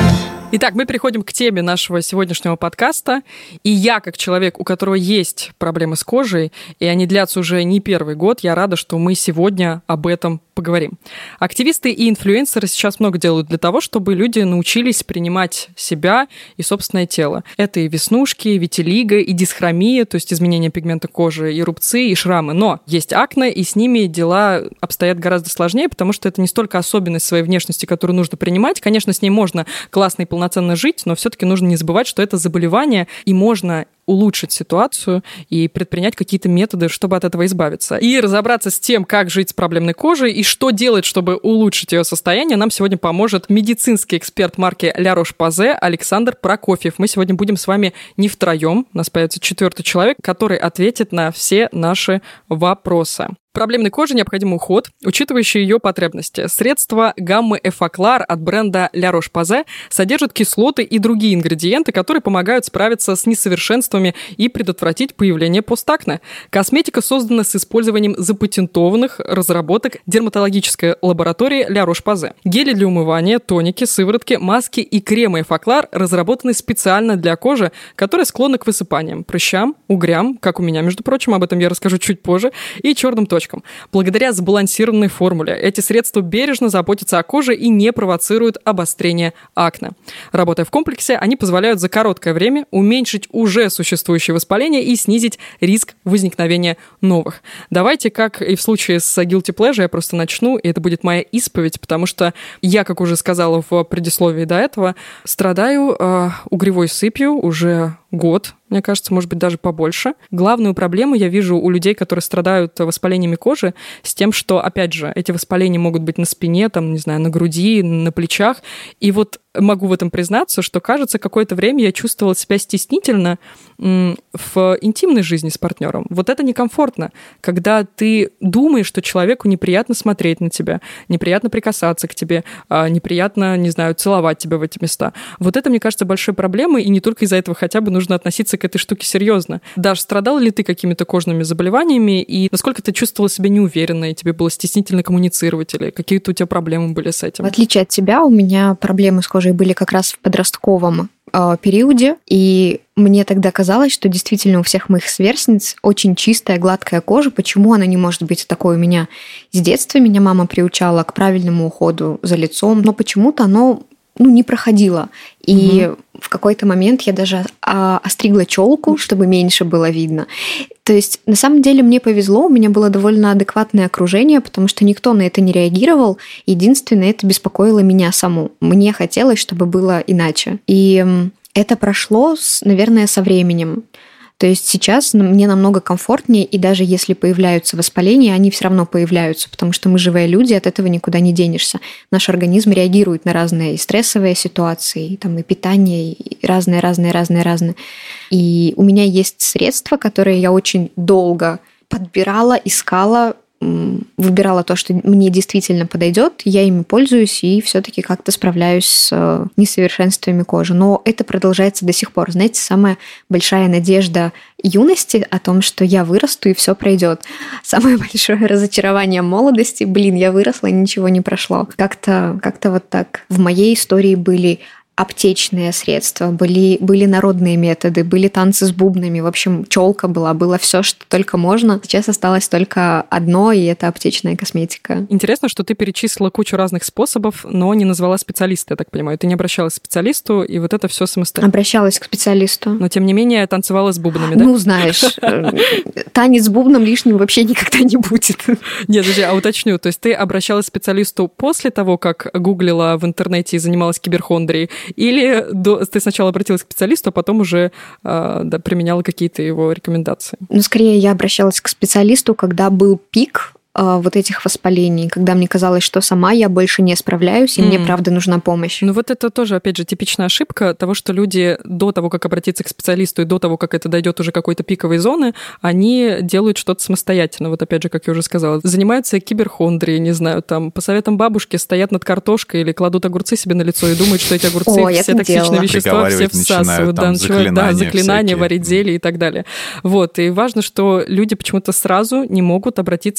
Итак, мы переходим к теме нашего сегодняшнего подкаста. И я, как человек, у которого есть проблемы с кожей, и они длятся уже не первый год, я рада, что мы сегодня об этом поговорим. Активисты и инфлюенсеры сейчас много делают для того, чтобы люди научились принимать себя и собственное тело. Это и веснушки, и витилиго, и дисхромия, то есть изменение пигмента кожи, и рубцы, и шрамы. Но есть акне, и с ними дела обстоят гораздо сложнее, потому что это не столько особенность своей внешности, которую нужно принимать. Конечно, с ней можно классно и полноценно жить, но все-таки нужно не забывать, что это заболевание, и можно улучшить ситуацию и предпринять какие-то методы, чтобы от этого избавиться. И разобраться с тем, как жить с проблемной кожей и что делать, чтобы улучшить ее состояние, нам сегодня поможет медицинский эксперт марки La Roche-Posay Александр Прокофьев. Мы сегодня будем с вами не втроем, у нас появится четвертый человек, который ответит на все наши вопросы. Проблемной коже необходим уход, учитывающий ее потребности. Средство гаммы Effaclar от бренда La Roche-Posay содержит кислоты и другие ингредиенты, которые помогают справиться с несовершенствами и предотвратить появление постакне. Косметика создана с использованием запатентованных разработок дерматологической лаборатории La Roche-Posay. Гели для умывания, тоники, сыворотки, маски и кремы Effaclar разработаны специально для кожи, которая склонна к высыпаниям, прыщам, угрям, как у меня, между прочим, об этом я расскажу чуть позже, и черным точкам. Благодаря сбалансированной формуле эти средства бережно заботятся о коже и не провоцируют обострение акне. Работая в комплексе, они позволяют за короткое время уменьшить уже существующее воспаление и снизить риск возникновения новых. Давайте, как и в случае с Guilty Pleasure, я просто начну, и это будет моя исповедь, потому что я, как уже сказала в предисловии до этого, страдаю э, угревой сыпью уже год, мне кажется, может быть, даже побольше. Главную проблему я вижу у людей, которые страдают воспалениями кожи, с тем, что, опять же, эти воспаления могут быть на спине, там, не знаю, на груди, на плечах. И вот могу в этом признаться, что, кажется, какое-то время я чувствовала себя стеснительно в интимной жизни с партнером. Вот это некомфортно, когда ты думаешь, что человеку неприятно смотреть на тебя, неприятно прикасаться к тебе, неприятно, не знаю, целовать тебя в эти места. Вот это, мне кажется, большой проблемой, и не только из-за этого хотя бы нужно относиться к этой штуке серьезно. Даш, страдала ли ты какими-то кожными заболеваниями, и насколько ты чувствовала себя неуверенно, и тебе было стеснительно коммуницировать, или какие-то у тебя проблемы были с этим? В отличие от тебя, у меня проблемы с кожей были как раз в подростковом э, периоде, и мне тогда казалось, что действительно у всех моих сверстниц очень чистая, гладкая кожа. Почему она не может быть такой у меня? С детства меня мама приучала к правильному уходу за лицом, но почему-то оно ну, не проходило. И угу. в какой-то момент я даже остригла челку, чтобы меньше было видно. То есть, на самом деле, мне повезло, у меня было довольно адекватное окружение, потому что никто на это не реагировал. Единственное, это беспокоило меня саму. Мне хотелось, чтобы было иначе. И это прошло, наверное, со временем. То есть сейчас мне намного комфортнее, и даже если появляются воспаления, они все равно появляются, потому что мы живые люди, от этого никуда не денешься. Наш организм реагирует на разные стрессовые ситуации, и, там, и питание, и разные, разные, разные, разные. И у меня есть средства, которые я очень долго подбирала, искала, выбирала то, что мне действительно подойдет, я ими пользуюсь и все-таки как-то справляюсь с несовершенствами кожи. Но это продолжается до сих пор. Знаете, самая большая надежда юности о том, что я вырасту и все пройдет. Самое большое разочарование молодости, блин, я выросла, и ничего не прошло. Как-то, как-то вот так. В моей истории были аптечные средства, были, были народные методы, были танцы с бубнами, в общем, челка была, было все, что только можно. Сейчас осталось только одно, и это аптечная косметика. Интересно, что ты перечислила кучу разных способов, но не назвала специалиста, я так понимаю. Ты не обращалась к специалисту, и вот это все самостоятельно. Обращалась к специалисту. Но, тем не менее, танцевала с бубнами, да? Ну, знаешь, танец с бубном лишним вообще никогда не будет. Нет, подожди, а уточню. То есть ты обращалась к специалисту после того, как гуглила в интернете и занималась киберхондрией, или до, ты сначала обратилась к специалисту, а потом уже э, да, применяла какие-то его рекомендации? Ну, скорее, я обращалась к специалисту, когда был пик вот этих воспалений, когда мне казалось, что сама я больше не справляюсь, и mm. мне, правда, нужна помощь. Ну вот это тоже, опять же, типичная ошибка того, что люди до того, как обратиться к специалисту, и до того, как это дойдет уже какой-то пиковой зоны, они делают что-то самостоятельно. Вот опять же, как я уже сказала, занимаются киберхондрией, не знаю, там, по советам бабушки стоят над картошкой или кладут огурцы себе на лицо и думают, что эти огурцы О, все токсичные вещества все всасывают. Да, начинают, да, заклинания, варить зелье и так далее. Вот, и важно, что люди почему-то сразу не могут обратиться к специалисту,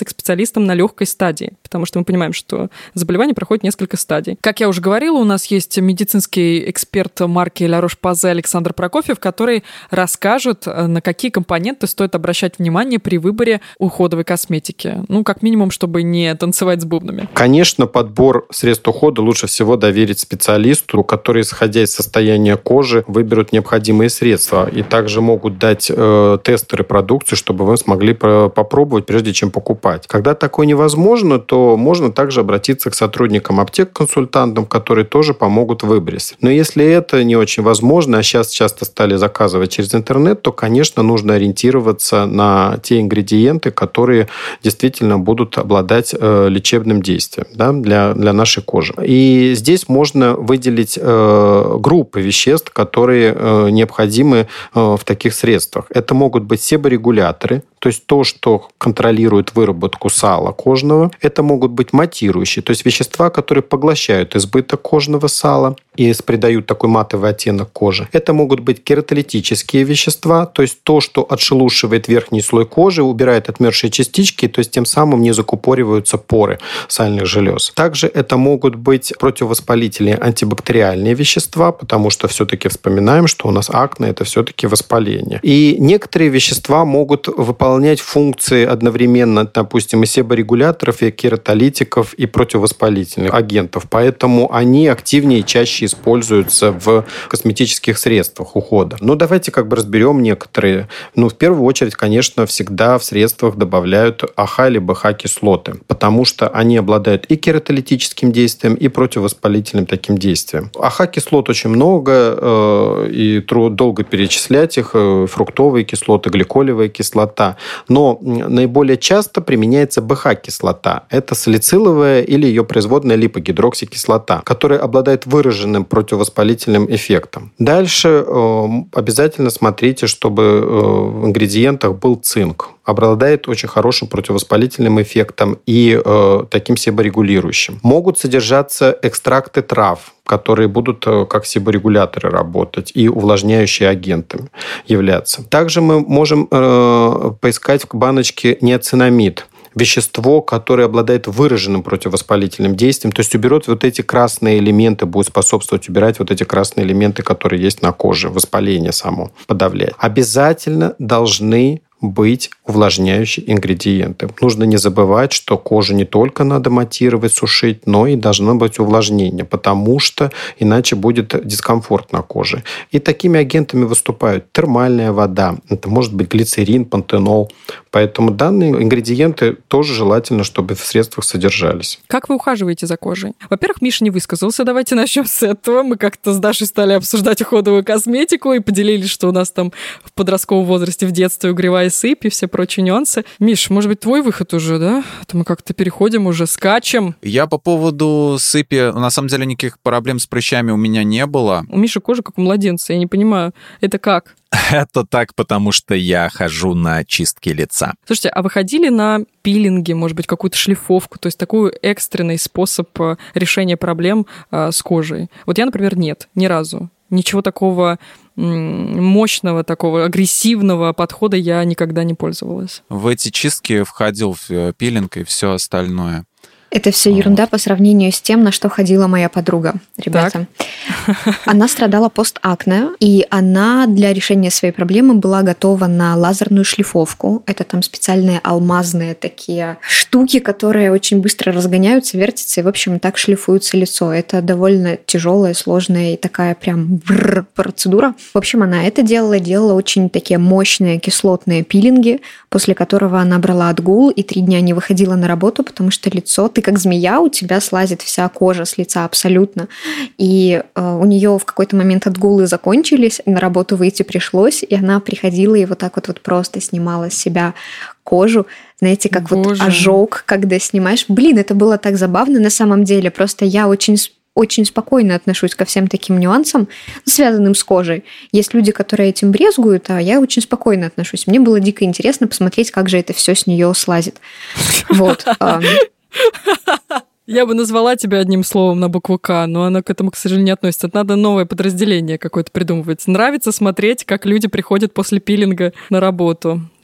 специалистом на легкой стадии, потому что мы понимаем, что заболевание проходит несколько стадий. Как я уже говорила, у нас есть медицинский эксперт марки Ля Рош-Посay Александр Прокофьев, который расскажет, на какие компоненты стоит обращать внимание при выборе уходовой косметики. Ну, как минимум, чтобы не танцевать с бубнами. Конечно, подбор средств ухода лучше всего доверить специалисту, который, исходя из состояния кожи, выберут необходимые средства. И также могут дать э, тестеры продукции, чтобы вы смогли попробовать, прежде чем покупать. Когда такое невозможно, то можно также обратиться к сотрудникам аптек, консультантам, которые тоже помогут в выборе. Но если это не очень возможно, а сейчас часто стали заказывать через интернет, то, конечно, нужно ориентироваться на те ингредиенты, которые действительно будут обладать э, лечебным действием, да, для, для нашей кожи. И здесь можно выделить э, группы веществ, которые э, необходимы э, в таких средствах. Это могут быть себорегуляторы, то есть то, что контролирует выработку сала кожного. Это могут быть матирующие, то есть вещества, которые поглощают избыток кожного сала и придают такой матовый оттенок кожи. Это могут быть кератолитические вещества, то есть то, что отшелушивает верхний слой кожи, убирает отмершие частички, то есть тем самым не закупориваются поры сальных желез. Также это могут быть противовоспалительные антибактериальные вещества, потому что все-таки вспоминаем, что у нас акне – это все-таки воспаление. И некоторые вещества могут выполнять функции одновременно, допустим, и себорегуляторов, и кератолитиков, и противовоспалительных агентов. Поэтому они активнее и чаще используются в косметических средствах ухода. Но давайте как бы разберем некоторые. Ну, в первую очередь, конечно, всегда в средствах добавляют АХ или БХ-кислоты, потому что они обладают и кератолитическим действием, и противовоспалительным таким действием. АХ-кислот очень много, и долго перечислять их. Фруктовые кислоты, гликолевая кислота. Но наиболее часто применяется БХ-кислота. Это салициловая или ее производная липогидроксикислота, которая обладает выраженным противовоспалительным эффектом. Дальше обязательно смотрите, чтобы в ингредиентах был цинк. Обладает очень хорошим противовоспалительным эффектом и э, таким себорегулирующим. Могут содержаться экстракты трав, которые будут как себорегуляторы работать и увлажняющие агентами являться. Также мы можем э, поискать в баночке ниацинамид. Вещество, которое обладает выраженным противовоспалительным действием, то есть уберет вот эти красные элементы, будет способствовать убирать вот эти красные элементы, которые есть на коже, воспаление само подавлять. Обязательно должны быть увлажняющие ингредиенты. Нужно не забывать, что кожу не только надо матировать, сушить, но и должно быть увлажнение, потому что иначе будет дискомфорт на коже. И такими агентами выступают термальная вода, это может быть глицерин, пантенол. Поэтому данные ингредиенты тоже желательно, чтобы в средствах содержались. Как вы ухаживаете за кожей? Во-первых, Миша не высказался. Давайте начнем с этого. Мы как-то с Дашей стали обсуждать уходовую косметику и поделились, что у нас там в подростковом возрасте в детстве угревая сыпь и все прочие нюансы. Миш, может быть, твой выход уже, да? А то мы как-то переходим уже, скачем. Я по поводу сыпи, на самом деле, никаких проблем с прыщами у меня не было. У Миши кожа как у младенца, я не понимаю, это как? Это так, потому что я хожу на чистки лица. Слушайте, а вы ходили на пилинги, может быть, какую-то шлифовку, то есть такой экстренный способ решения проблем э, с кожей? Вот я, например, нет, ни разу. Ничего такого мощного, такого агрессивного подхода я никогда не пользовалась. В эти чистки входил в пилинг и все остальное. Это все ерунда вот. По сравнению с тем, на что ходила моя подруга, ребята. Так. Она страдала постакне, и она для решения своей проблемы была готова на лазерную шлифовку. Это там специальные алмазные такие штуки, которые очень быстро разгоняются, вертятся и, в общем, так шлифуется лицо. Это довольно тяжелая, сложная и такая прям процедура. В общем, она это делала, делала очень такие мощные кислотные пилинги, после которого она брала отгул и три дня не выходила на работу, потому что лицо, ты как змея, у тебя слазит вся кожа с лица абсолютно. И э, у нее в какой-то момент отгулы закончились, на работу выйти пришлось, и она приходила и вот так вот, вот просто снимала с себя кожу. Знаете, как Боже. Вот ожог, когда снимаешь. Блин, это было так забавно на самом деле. Просто я очень очень спокойно отношусь ко всем таким нюансам, связанным с кожей. Есть люди, которые этим брезгуют, а я очень спокойно отношусь. Мне было дико интересно посмотреть, как же это все с нее слазит. Вот. Я бы назвала тебя одним словом на букву К, но оно к этому, к сожалению, не относится. Надо новое подразделение какое-то придумывать. Нравится смотреть, как люди приходят после пилинга на работу.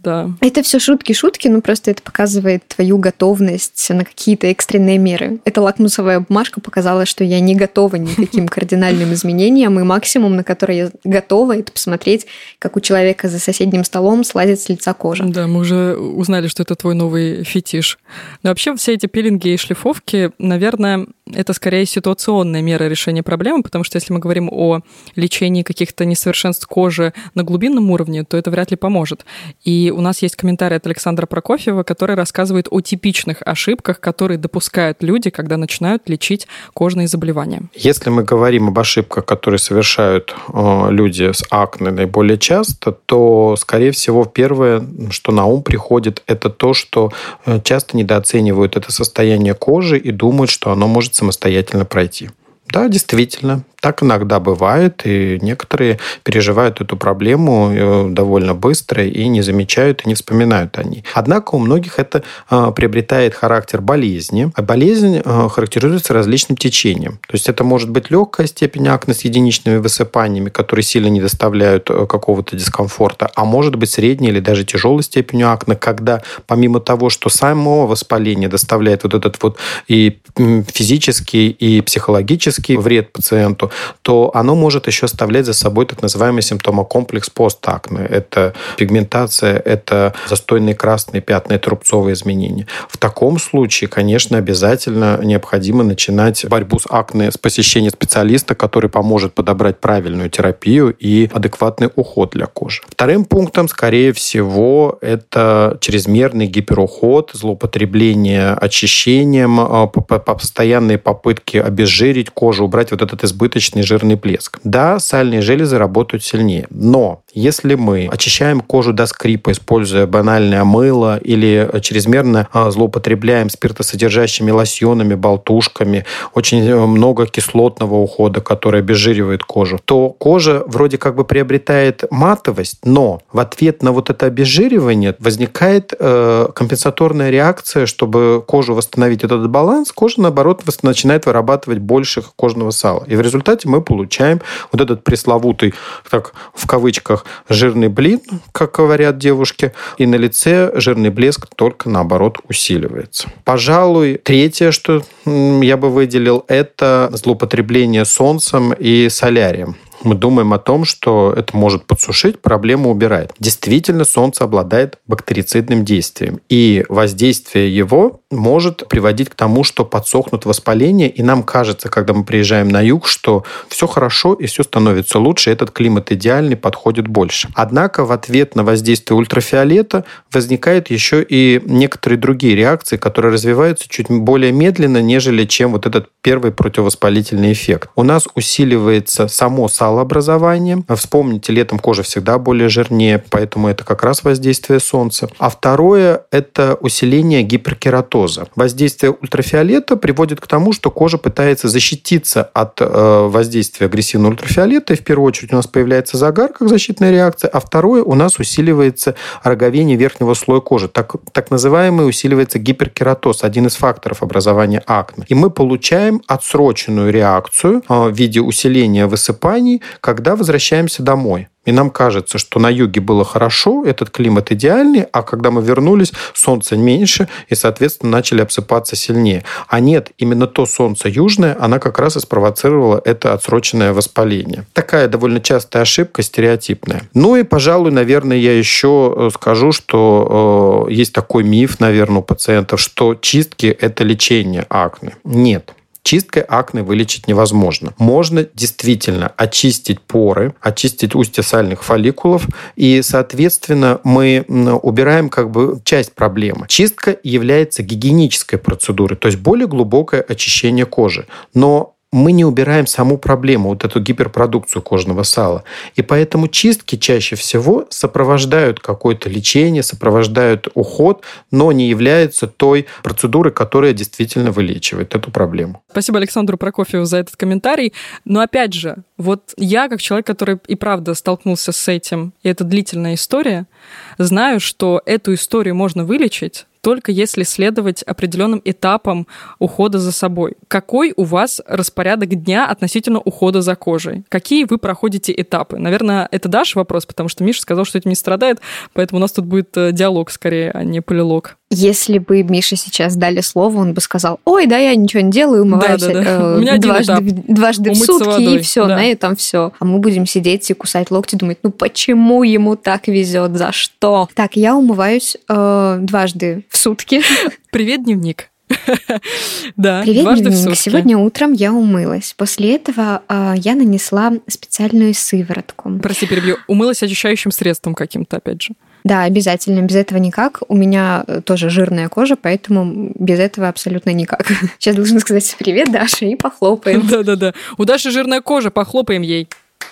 да. Это все шутки-шутки, но просто это показывает твою готовность на какие-то экстренные меры. Эта лакмусовая бумажка показала, что я не готова ни к каким кардинальным изменениям, и максимум, на который я готова, это посмотреть, как у человека за соседним столом слазит с лица кожа. Да, мы уже узнали, что это твой новый фетиш. Но вообще все эти пилинги и шлифовки, наверное, это скорее ситуационная мера решения проблемы, потому что если мы говорим о лечении каких-то несовершенств кожи на глубинном уровне, то это вряд ли поможет. И у нас есть комментарий от Александра Прокофьева, который рассказывает о типичных ошибках, которые допускают люди, когда начинают лечить кожные заболевания. Если мы говорим об ошибках, которые совершают э, люди с акне наиболее часто, то, скорее всего, первое, что на ум приходит, это то, что часто недооценивают это состояние кожи и думают, что оно может самостоятельно пройти. Да, действительно, так иногда бывает, и некоторые переживают эту проблему довольно быстро и не замечают, и не вспоминают о ней. Однако у многих это приобретает характер болезни, а болезнь характеризуется различным течением. То есть это может быть легкая степень акне с единичными высыпаниями, которые сильно не доставляют какого-то дискомфорта, а может быть средняя или даже тяжелой степенью акне, когда помимо того, что само воспаление доставляет вот этот вот и физический, и психологический вред пациенту, то оно может еще оставлять за собой так называемый симптомокомплекс постакне. Это пигментация, это застойные красные пятна, это рубцовые изменения. В таком случае, конечно, обязательно необходимо начинать борьбу с акне с посещения специалиста, который поможет подобрать правильную терапию и адекватный уход для кожи. Вторым пунктом, скорее всего, это чрезмерный гиперуход, злоупотребление очищением, постоянные попытки обезжирить кожу, убрать вот этот избыточный жирный блеск. Да, сальные железы работают сильнее, но если мы очищаем кожу до скрипа, используя банальное мыло или чрезмерно злоупотребляем спиртосодержащими лосьонами, болтушками, очень много кислотного ухода, который обезжиривает кожу, то кожа вроде как бы приобретает матовость, но в ответ на вот это обезжиривание возникает э, компенсаторная реакция, чтобы кожу восстановить этот баланс, кожа, наоборот, начинает вырабатывать больше кожного сала. И в результате мы получаем вот этот пресловутый, так в кавычках, жирный блин, как говорят девушки, и на лице жирный блеск только, наоборот, усиливается. Пожалуй, третье, что я бы выделил, это злоупотребление солнцем и солярием. Мы думаем о том, что это может подсушить, проблему убирает. Действительно, солнце обладает бактерицидным действием, и воздействие его может приводить к тому, что подсохнут воспаления, и нам кажется, когда мы приезжаем на юг, что все хорошо и все становится лучше, этот климат идеальный, подходит больше. Однако в ответ на воздействие ультрафиолета возникают еще и некоторые другие реакции, которые развиваются чуть более медленно, нежели чем вот этот первый противовоспалительный эффект. У нас усиливается само салообразование. Вспомните, летом кожа всегда более жирнее, поэтому это как раз воздействие солнца. А второе – это усиление гиперкератоза. Воздействие ультрафиолета приводит к тому, что кожа пытается защититься от э, воздействия агрессивного ультрафиолета, и в первую очередь у нас появляется загар как защитная реакция, а второе – у нас усиливается роговение верхнего слоя кожи. Так, так называемый усиливается гиперкератоз, один из факторов образования акне. И мы получаем отсроченную реакцию э, в виде усиления высыпаний, когда возвращаемся домой. И нам кажется, что на юге было хорошо, этот климат идеальный, а когда мы вернулись, солнца меньше, и, соответственно, начали обсыпаться сильнее. А нет, именно то солнце южное, она как раз и спровоцировала это отсроченное воспаление. Такая довольно частая ошибка, стереотипная. Ну и, пожалуй, наверное, я еще скажу, что э, есть такой миф, наверное, у пациентов, что чистки – это лечение акне. Нет. Чисткой акне вылечить невозможно. Можно действительно очистить поры, очистить устья сальных фолликулов, и, соответственно, мы убираем как бы часть проблемы. Чистка является гигиенической процедурой, то есть более глубокое очищение кожи. Но мы не убираем саму проблему, вот эту гиперпродукцию кожного сала. И поэтому чистки чаще всего сопровождают какое-то лечение, сопровождают уход, но не являются той процедурой, которая действительно вылечивает эту проблему. Спасибо Александру Прокофьеву за этот комментарий. Но опять же, вот я, как человек, который и правда столкнулся с этим, и это длительная история, знаю, что эту историю можно вылечить только если следовать определенным этапам ухода за собой. Какой у вас распорядок дня относительно ухода за кожей? Какие вы проходите этапы? Наверное, это Даша вопрос, потому что Миша сказал, что этим не страдает, поэтому у нас тут будет диалог скорее, а не полилог. Если бы Мише сейчас дали слово, он бы сказал: ой, да я ничего не делаю, умываюсь да, да, да. э, дважды, дважды в сутки, водой. И все, да. На этом все. А мы будем сидеть и кусать локти, думать, ну почему ему так везет, за что? Так, я умываюсь э, дважды в сутки. Привет, дневник. Да, Привет, дважды дневник. в сутки. Сегодня утром я умылась. После этого э, я нанесла специальную сыворотку. Прости, перебью. Умылась очищающим средством каким-то, опять же. Да, обязательно. Без этого никак. У меня тоже жирная кожа, поэтому без этого абсолютно никак. Сейчас должна сказать привет, Даша, и похлопаем. Да-да-да. У Даши жирная кожа, похлопаем ей.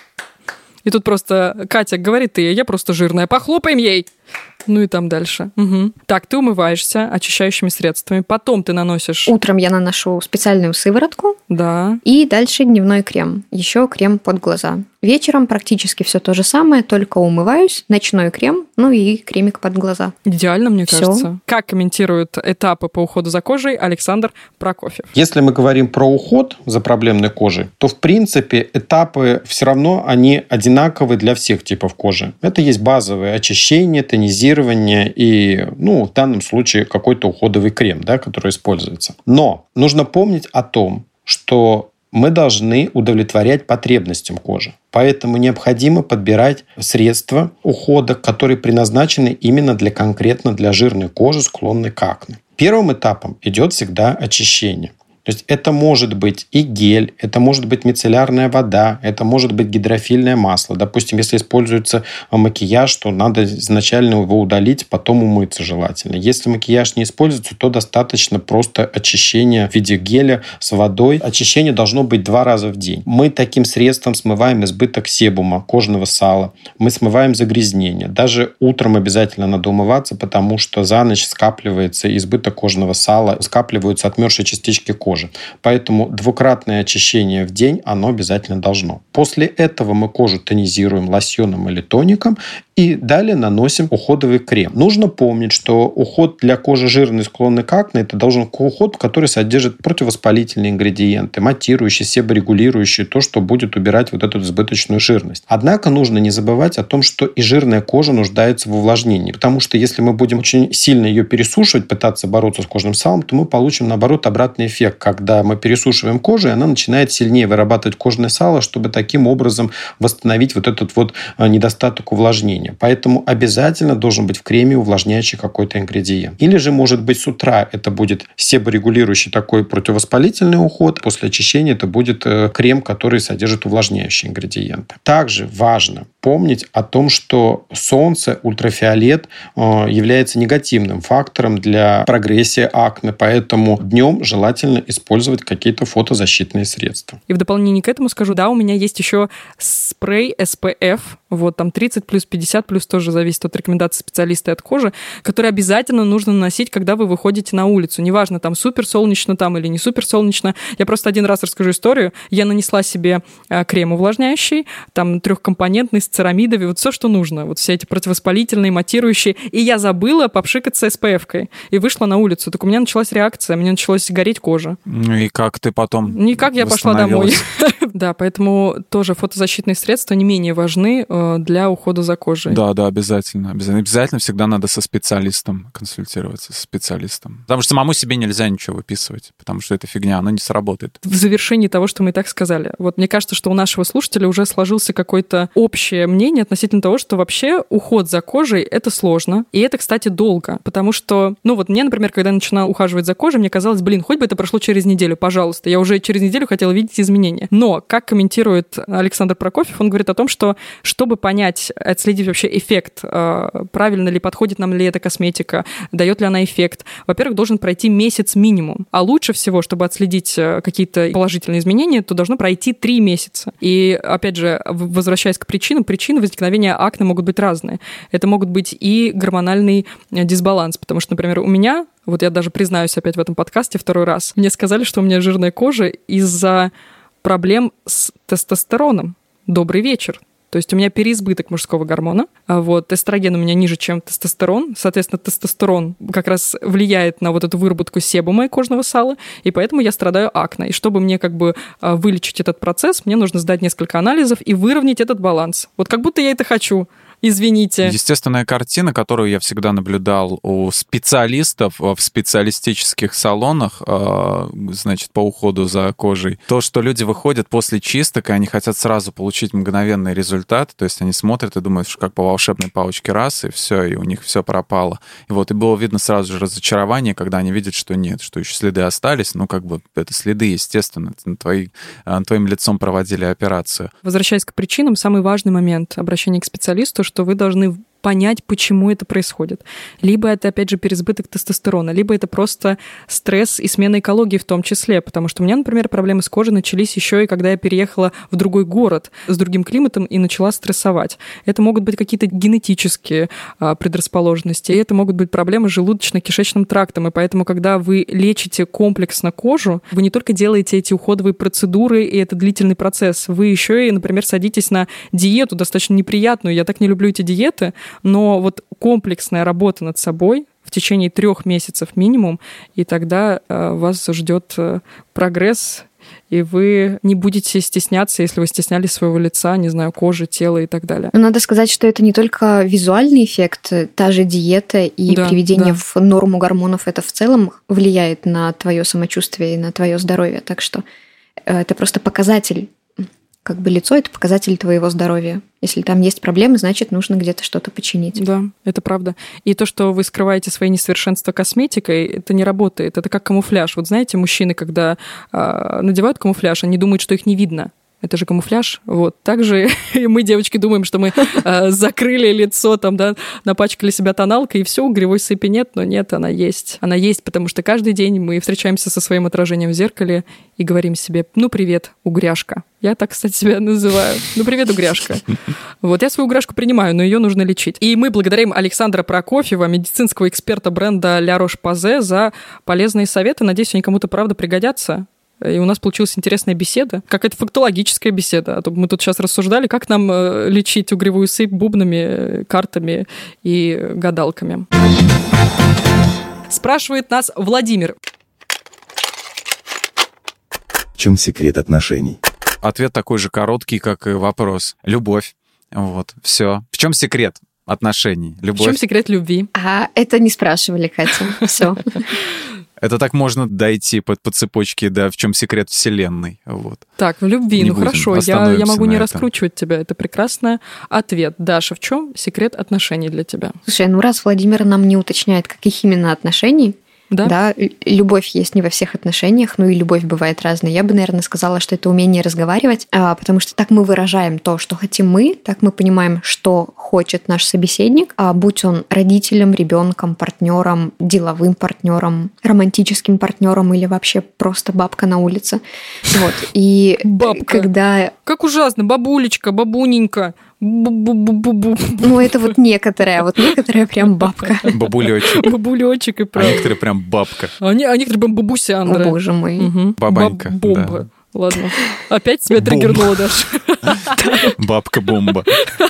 И тут просто Катя говорит ты, я просто жирная, похлопаем ей. Ну и там дальше. Угу. Так, ты умываешься очищающими средствами, потом ты наносишь... Утром я наношу специальную сыворотку. Да. И дальше дневной крем. Еще крем под глаза. Вечером практически все то же самое, только умываюсь, ночной крем, ну и кремик под глаза. Идеально, мне Всё. кажется. Как комментирует этапы по уходу за кожей Александр Прокофьев? Если мы говорим про уход за проблемной кожей, то, в принципе, этапы все равно, они одинаковы для всех типов кожи. Это есть базовое очищение, тонизирование и, ну, в данном случае, какой-то уходовый крем, да, который используется. Но нужно помнить о том, что мы должны удовлетворять потребностям кожи. Поэтому необходимо подбирать средства ухода, которые предназначены именно для конкретно для жирной кожи, склонной к акне. Первым этапом идет всегда очищение. То есть это может быть и гель, это может быть мицеллярная вода, это может быть гидрофильное масло. Допустим, если используется макияж, то надо изначально его удалить, потом умыться желательно. Если макияж не используется, то достаточно просто очищения в виде геля с водой. Очищение должно быть два раза в день. Мы таким средством смываем избыток себума, кожного сала. Мы смываем загрязнение. Даже утром обязательно надо умываться, потому что за ночь скапливается избыток кожного сала, скапливаются отмершие частички кожи. Поэтому двукратное очищение в день, оно обязательно должно. После этого мы кожу тонизируем лосьоном или тоником и далее наносим уходовый крем. Нужно помнить, что уход для кожи жирной, склонной к акне, это должен быть уход, который содержит противовоспалительные ингредиенты, матирующие, себорегулирующие, то, что будет убирать вот эту избыточную жирность. Однако нужно не забывать о том, что и жирная кожа нуждается в увлажнении, потому что если мы будем очень сильно ее пересушивать, пытаться бороться с кожным салом, то мы получим, наоборот, обратный эффект. Когда мы пересушиваем кожу, и она начинает сильнее вырабатывать кожное сало, чтобы таким образом восстановить вот этот вот недостаток увлажнения. Поэтому обязательно должен быть в креме увлажняющий какой-то ингредиент. Или же, может быть, с утра это будет себорегулирующий такой противовоспалительный уход. После очищения это будет крем, который содержит увлажняющие ингредиенты. Также важно помнить о том, что солнце, ультрафиолет является негативным фактором для прогрессии акне. Поэтому днем желательно использовать какие-то фотозащитные средства. И в дополнение к этому скажу, да, у меня есть еще спрей эс пи эф, вот там тридцать плюс, пятьдесят плюс, тоже зависит от рекомендаций специалиста и от кожи, который обязательно нужно наносить, когда вы выходите на улицу. Неважно, там супер солнечно там или не супер солнечно. Я просто один раз расскажу историю. Я нанесла себе крем увлажняющий, там трехкомпонентный, с церамидами, вот все, что нужно. Вот все эти противовоспалительные, матирующие. И я забыла попшикаться эс пи эф-кой. И вышла на улицу. Так у меня началась реакция, мне началось гореть кожа. Ну и как ты потом Никак я пошла домой. Да, поэтому тоже фотозащитные средства не менее важны для ухода за кожей. Да, да, обязательно. Обязательно, обязательно всегда надо со специалистом консультироваться, со специалистом. Потому что самому себе нельзя ничего выписывать, потому что это фигня, она не сработает. В завершении того, что мы и так сказали. Вот мне кажется, что у нашего слушателя уже сложился какое-то общее мнение относительно того, что вообще уход за кожей — это сложно. И это, кстати, долго. Потому что, ну вот мне, например, когда я начинала ухаживать за кожей, мне казалось, блин, хоть бы это прошло через неделю, пожалуйста. Я уже через неделю хотела видеть изменения. Но, как комментирует Александр Прокофьев, он говорит о том, что чтобы понять, отследить вообще эффект, правильно ли подходит нам ли эта косметика, дает ли она эффект, во-первых, должен пройти месяц минимум. А лучше всего, чтобы отследить какие-то положительные изменения, то должно пройти три месяца. И, опять же, возвращаясь к причинам, причины возникновения акне могут быть разные. Это могут быть и гормональный дисбаланс, потому что, например, у меня, вот я даже признаюсь опять в этом подкасте второй раз, мне сказали, что у меня жирная кожа из-за проблем с тестостероном. Добрый вечер. То есть у меня переизбыток мужского гормона. Вот, эстроген у меня ниже, чем тестостерон. Соответственно, тестостерон как раз влияет на вот эту выработку себума и кожного сала, и поэтому я страдаю акне. И чтобы мне как бы вылечить этот процесс, мне нужно сдать несколько анализов и выровнять этот баланс. Вот как будто я это хочу. Извините. Естественная картина, которую я всегда наблюдал у специалистов в специалистических салонах, значит, по уходу за кожей, то, что люди выходят после чисток, и они хотят сразу получить мгновенный результат, то есть они смотрят и думают, что как по волшебной палочке раз, и все, и у них все пропало. И вот, и было видно сразу же разочарование, когда они видят, что нет, что еще следы остались, ну, как бы, это следы, естественно, твои, твоим лицом проводили операцию. Возвращаясь к причинам, самый важный момент обращения к специалисту, что вы должны понять, почему это происходит. Либо это, опять же, переизбыток тестостерона, либо это просто стресс и смена экологии в том числе, потому что у меня, например, проблемы с кожей начались еще и когда я переехала в другой город с другим климатом и начала стрессовать. Это могут быть какие-то генетические а, предрасположенности, и это могут быть проблемы с желудочно-кишечным трактом, и поэтому, когда вы лечите комплексно кожу, вы не только делаете эти уходовые процедуры, и это длительный процесс, вы еще и, например, садитесь на диету достаточно неприятную, я так не люблю эти диеты, но вот комплексная работа над собой в течение трех месяцев минимум, и тогда э, вас ждет э, прогресс, и вы не будете стесняться, если вы стеснялись своего лица, не знаю, кожи, тела и так далее. Но надо сказать, что это не только визуальный эффект, та же диета и да, приведение да. в норму гормонов, это в целом влияет на твое самочувствие и на твое здоровье, так что это просто показатель. Как бы лицо – это показатель твоего здоровья. Если там есть проблемы, значит, нужно где-то что-то починить. Да, это правда. И то, что вы скрываете свои несовершенства косметикой, это не работает. Это как камуфляж. Вот знаете, мужчины, когда э, надевают камуфляж, они думают, что их не видно. Это же камуфляж. Вот. Также и мы, девочки, думаем, что мы э, закрыли лицо, там, да, напачкали себя тоналкой, и все, угревой сыпи нет, но нет, она есть. Она есть, потому что каждый день мы встречаемся со своим отражением в зеркале и говорим себе: ну, привет, угряшка. Я так, кстати, себя называю. Ну, привет, угряшка. Вот, я свою угряшку принимаю, но ее нужно лечить. И мы благодарим Александра Прокофьева, медицинского эксперта бренда La Roche-Posay, за полезные советы. Надеюсь, они кому-то, правда, пригодятся. И у нас получилась интересная беседа, какая-то фактологическая беседа. А то мы тут сейчас рассуждали, как нам лечить угревую сыпь бубнами, картами и гадалками. Спрашивает нас Владимир. В чем секрет отношений? Ответ такой же короткий, как и вопрос. Любовь. Вот, все. В чем секрет отношений? Любовь. В чем секрет любви? А это не спрашивали, Катя. Все. Это так можно дойти по, по цепочке, да, в чем секрет вселенной. Вот. Так, в любви, не ну хорошо, я, я могу не этом. раскручивать тебя, это прекрасный ответ. Даша, в чем секрет отношений для тебя? Слушай, ну раз Владимир нам не уточняет, каких именно отношений, да? да, любовь есть не во всех отношениях, ну и любовь бывает разная. Я бы, наверное, сказала, что это умение разговаривать, потому что так мы выражаем то, что хотим мы, так мы понимаем, что хочет наш собеседник, а будь он родителем, ребенком, партнером, деловым партнером, романтическим партнером или вообще просто бабка на улице. Вот. И бабка. Когда... Как ужасно, бабулечка, бабуненька. Бу-бу-бу-бу-бу. Ну, это вот некоторая, вот некоторая прям бабка. Бабулечек. Бабулечек и прям. А некоторые прям бабка. А, не, а некоторые прям бабусяндра. О, боже мой. Угу. Бабанька. Бомба. Да. Ладно. Опять тебя триггернула, Даша. Бабка-бомба.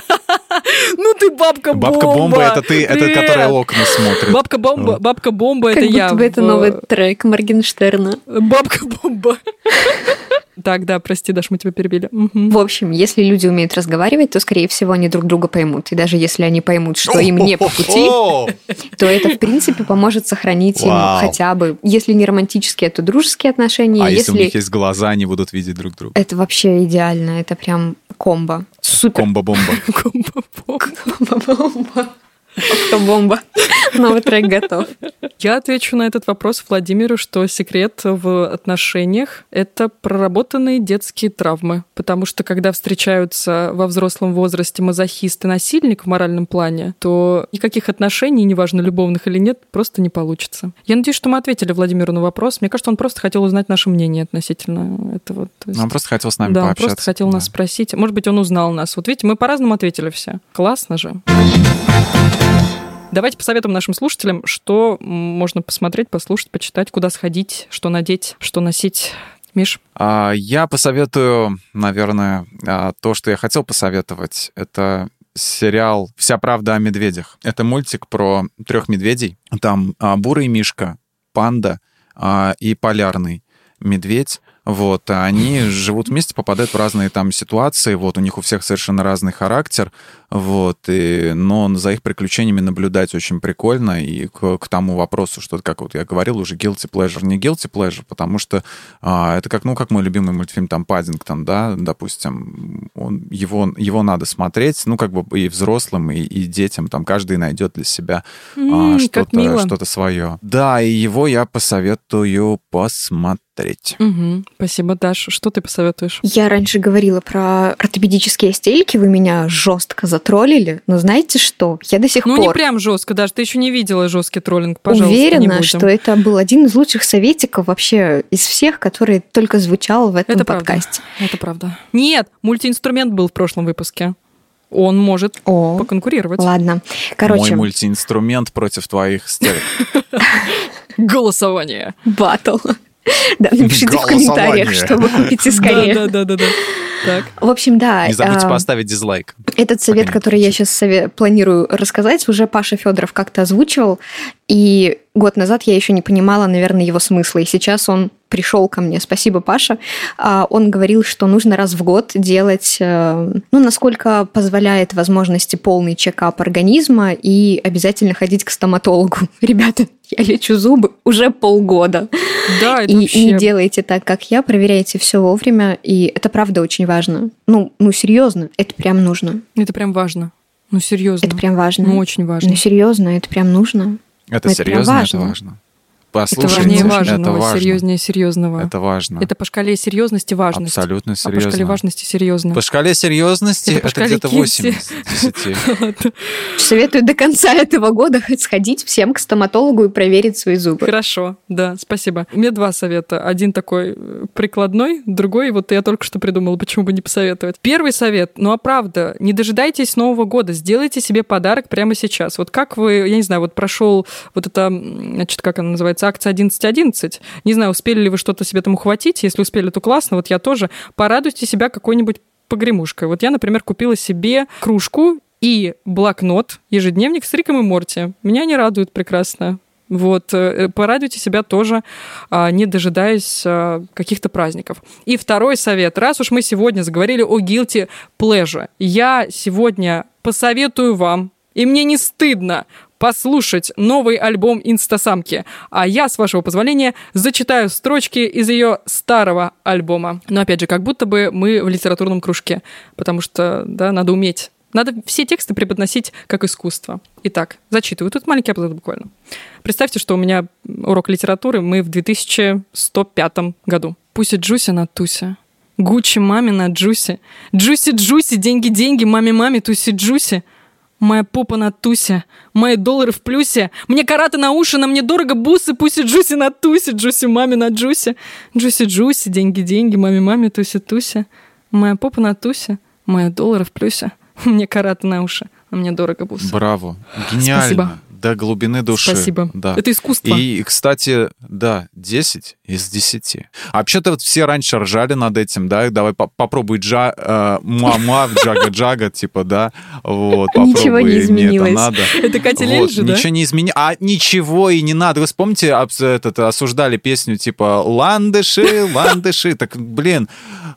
Ну ты бабка-бомба. Бабка-бомба — это ты, это которая окна смотрит. Бабка-бомба, бабка-бомба — это я. я. Как будто бы это новый трек Моргенштерна. Бабка-бомба. Так, да, прости, Даш, мы тебя перебили. Угу. В общем, если люди умеют разговаривать, то, скорее всего, они друг друга поймут. И даже если они поймут, что им не по пути, то это, в принципе, поможет сохранить им хотя бы, если не романтические, то дружеские отношения. А если у них есть глаза, они будут видеть друг друга. Это вообще идеально. Это прям комбо. Супер. Комбо-бомба. Комбо-бомба. Комбо-бомба. Бомба. Новый трек готов. Я отвечу на этот вопрос Владимиру, что секрет в отношениях – это проработанные детские травмы. Потому что когда встречаются во взрослом возрасте мазохист и насильник в моральном плане, то никаких отношений, неважно, любовных или нет, просто не получится. Я надеюсь, что мы ответили Владимиру на вопрос. Мне кажется, он просто хотел узнать наше мнение относительно этого. Есть... Он просто хотел с нами да, пообщаться. Он просто хотел да. нас спросить. Может быть, он узнал нас. Вот видите, мы по-разному ответили все. Классно же. Давайте посоветуем нашим слушателям, что можно посмотреть, послушать, почитать, куда сходить, что надеть, что носить Миш? Я посоветую, наверное, то, что я хотел посоветовать. Это сериал «Вся правда о медведях». Это мультик про трех медведей. Там бурый мишка, панда и полярный медведь. Вот, они живут вместе, попадают в разные там ситуации, вот, у них у всех совершенно разный характер, вот, и, но за их приключениями наблюдать очень прикольно, и к, к тому вопросу, что, как вот я говорил уже, guilty pleasure, не guilty pleasure, потому что а, это как, ну, как мой любимый мультфильм, там, «Паддингтон», да, допустим, он, его, его надо смотреть, ну, как бы и взрослым, и, и детям, там, каждый найдет для себя mm, а, что-то, что-то свое. Да, и его я посоветую посмотреть. Угу. Спасибо, Даш. Что ты посоветуешь? Я раньше говорила про ортопедические стельки, вы меня жестко затроллили, но знаете что? Я до сих ну, пор... Ну, не прям жестко, Даш, ты еще не видела жесткий троллинг, пожалуйста, уверена, не будем. что это был один из лучших советиков вообще из всех, который только звучал в этом это подкасте. Правда. Это правда. Нет, мультиинструмент был в прошлом выпуске. Он может О, поконкурировать. Ладно. Короче... Мой мультиинструмент против твоих стелек. Голосование. Баттл. Да, напишите в комментариях, чтобы купить скорее. Да, да, да, да. Так. В общем, да. Не забудьте а, поставить дизлайк. Этот совет, который я сейчас совет, планирую рассказать, уже Паша Федоров как-то озвучивал, и год назад я еще не понимала, наверное, его смысла, и сейчас он пришел ко мне. Спасибо, Паша. Он говорил, что нужно раз в год делать, ну, насколько позволяет возможности, полный чекап организма и обязательно ходить к стоматологу. Ребята, я лечу зубы уже полгода. Да, это и, вообще... и не делайте так, как я, проверяйте все вовремя, и это правда очень важно. Ну, ну серьезно, это прям нужно. Это прям важно. Ну, серьезно. Это прям важно. Ну, очень важно. Ну, серьезно, это прям нужно. Это, это серьезно, важно. Это важно. Послушайте, это важнее важного, это важно. Серьезнее серьезного. Это важно. Это по шкале серьезности важность. Абсолютно серьезно. А по шкале важности серьезно. По шкале серьезности это, это где-то восемь из десяти. Советую до конца этого года сходить всем к стоматологу и проверить свои зубы. Хорошо, да, спасибо. У меня два совета. Один такой прикладной, другой вот я только что придумала, почему бы не посоветовать. Первый совет, ну а правда, не дожидайтесь Нового года, сделайте себе подарок прямо сейчас. Вот как вы, я не знаю, вот прошел вот это, значит, как она называется, акция одиннадцать одиннадцать. Не знаю, успели ли вы что-то себе там ухватить. Если успели, то классно. Вот я тоже. Порадуйте себя какой-нибудь погремушкой. Вот я, например, купила себе кружку и блокнот, ежедневник с Риком и Морти. Меня они радуют прекрасно. Вот, порадуйте себя тоже, не дожидаясь каких-то праздников. И второй совет. Раз уж мы сегодня заговорили о guilty pleasure, я сегодня посоветую вам, и мне не стыдно, послушать новый альбом «Инстасамки». А я, с вашего позволения, зачитаю строчки из ее старого альбома. Но, опять же, как будто бы мы в литературном кружке, потому что, да, надо уметь. Надо все тексты преподносить как искусство. Итак, зачитываю. Тут маленький абзац буквально. Представьте, что у меня урок литературы, мы в две тысячи сто пятом году. Пуси Джуси на тусе. Гуччи маме на Джуси. Джуси-Джуси, деньги-деньги, маме-маме, туси-Джуси. Моя попа на тусе, мои доллары в плюсе, мне караты на уши, на мне дорого бусы, пуси-джуси на тусе, джуси-маме на джусе, джуси-джуси, деньги-деньги, маме-маме, туси-туси, моя попа на тусе, мои доллары в плюсе, мне караты на уши, а мне дорого бусы. Браво, гениально. Спасибо. До глубины души. Спасибо. Да. Это искусство. И, кстати, да, десять из десяти. А вообще-то вот все раньше ржали над этим, да, давай по попробуй джа, э, мама, джага-джага, типа, да, вот, попробуй. Ничего не изменилось. Это, надо. Это Катя Лель же, да? Ничего не изменилось. А ничего и не надо. Вы вспомните, этот, осуждали песню типа «Ландыши, ландыши». Так, блин, э,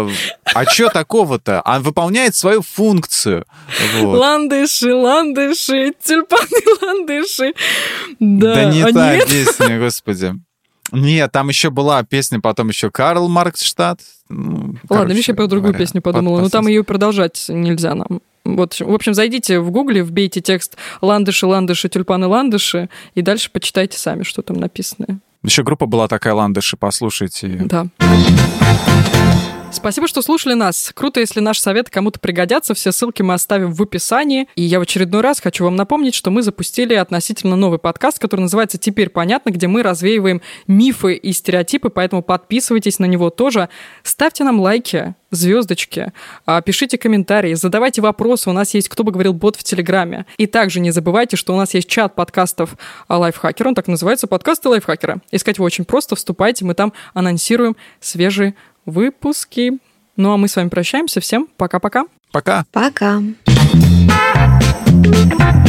а что такого-то? А выполняет свою функцию. Вот. Ландыши, ландыши, тюльпаны, ландыши. Да, да не а та нет? песня, господи. Нет, там еще была песня, потом еще Карл Марксштадт. Ну, ладно, видишь, я про другую говоря, песню подумала. Но там ее продолжать нельзя нам. Вот, в общем, зайдите в гугле, вбейте текст «Ландыши, ландыши, тюльпаны, ландыши» и дальше почитайте сами, что там написано. Еще группа была такая «Ландыши», послушайте ее. Да. Спасибо, что слушали нас. Круто, если наши советы кому-то пригодятся. Все ссылки мы оставим в описании. И я в очередной раз хочу вам напомнить, что мы запустили относительно новый подкаст, который называется «Теперь понятно», где мы развеиваем мифы и стереотипы, поэтому подписывайтесь на него тоже. Ставьте нам лайки, звездочки, пишите комментарии, задавайте вопросы. У нас есть «Кто бы говорил бот» в Телеграме. И также не забывайте, что у нас есть чат подкастов «Лайфхакер». Он так называется, подкасты Лайфхакера. Искать его очень просто. Вступайте, мы там анонсируем свежие выпуски. Ну а мы с вами прощаемся. Всем пока-пока. Пока. Пока.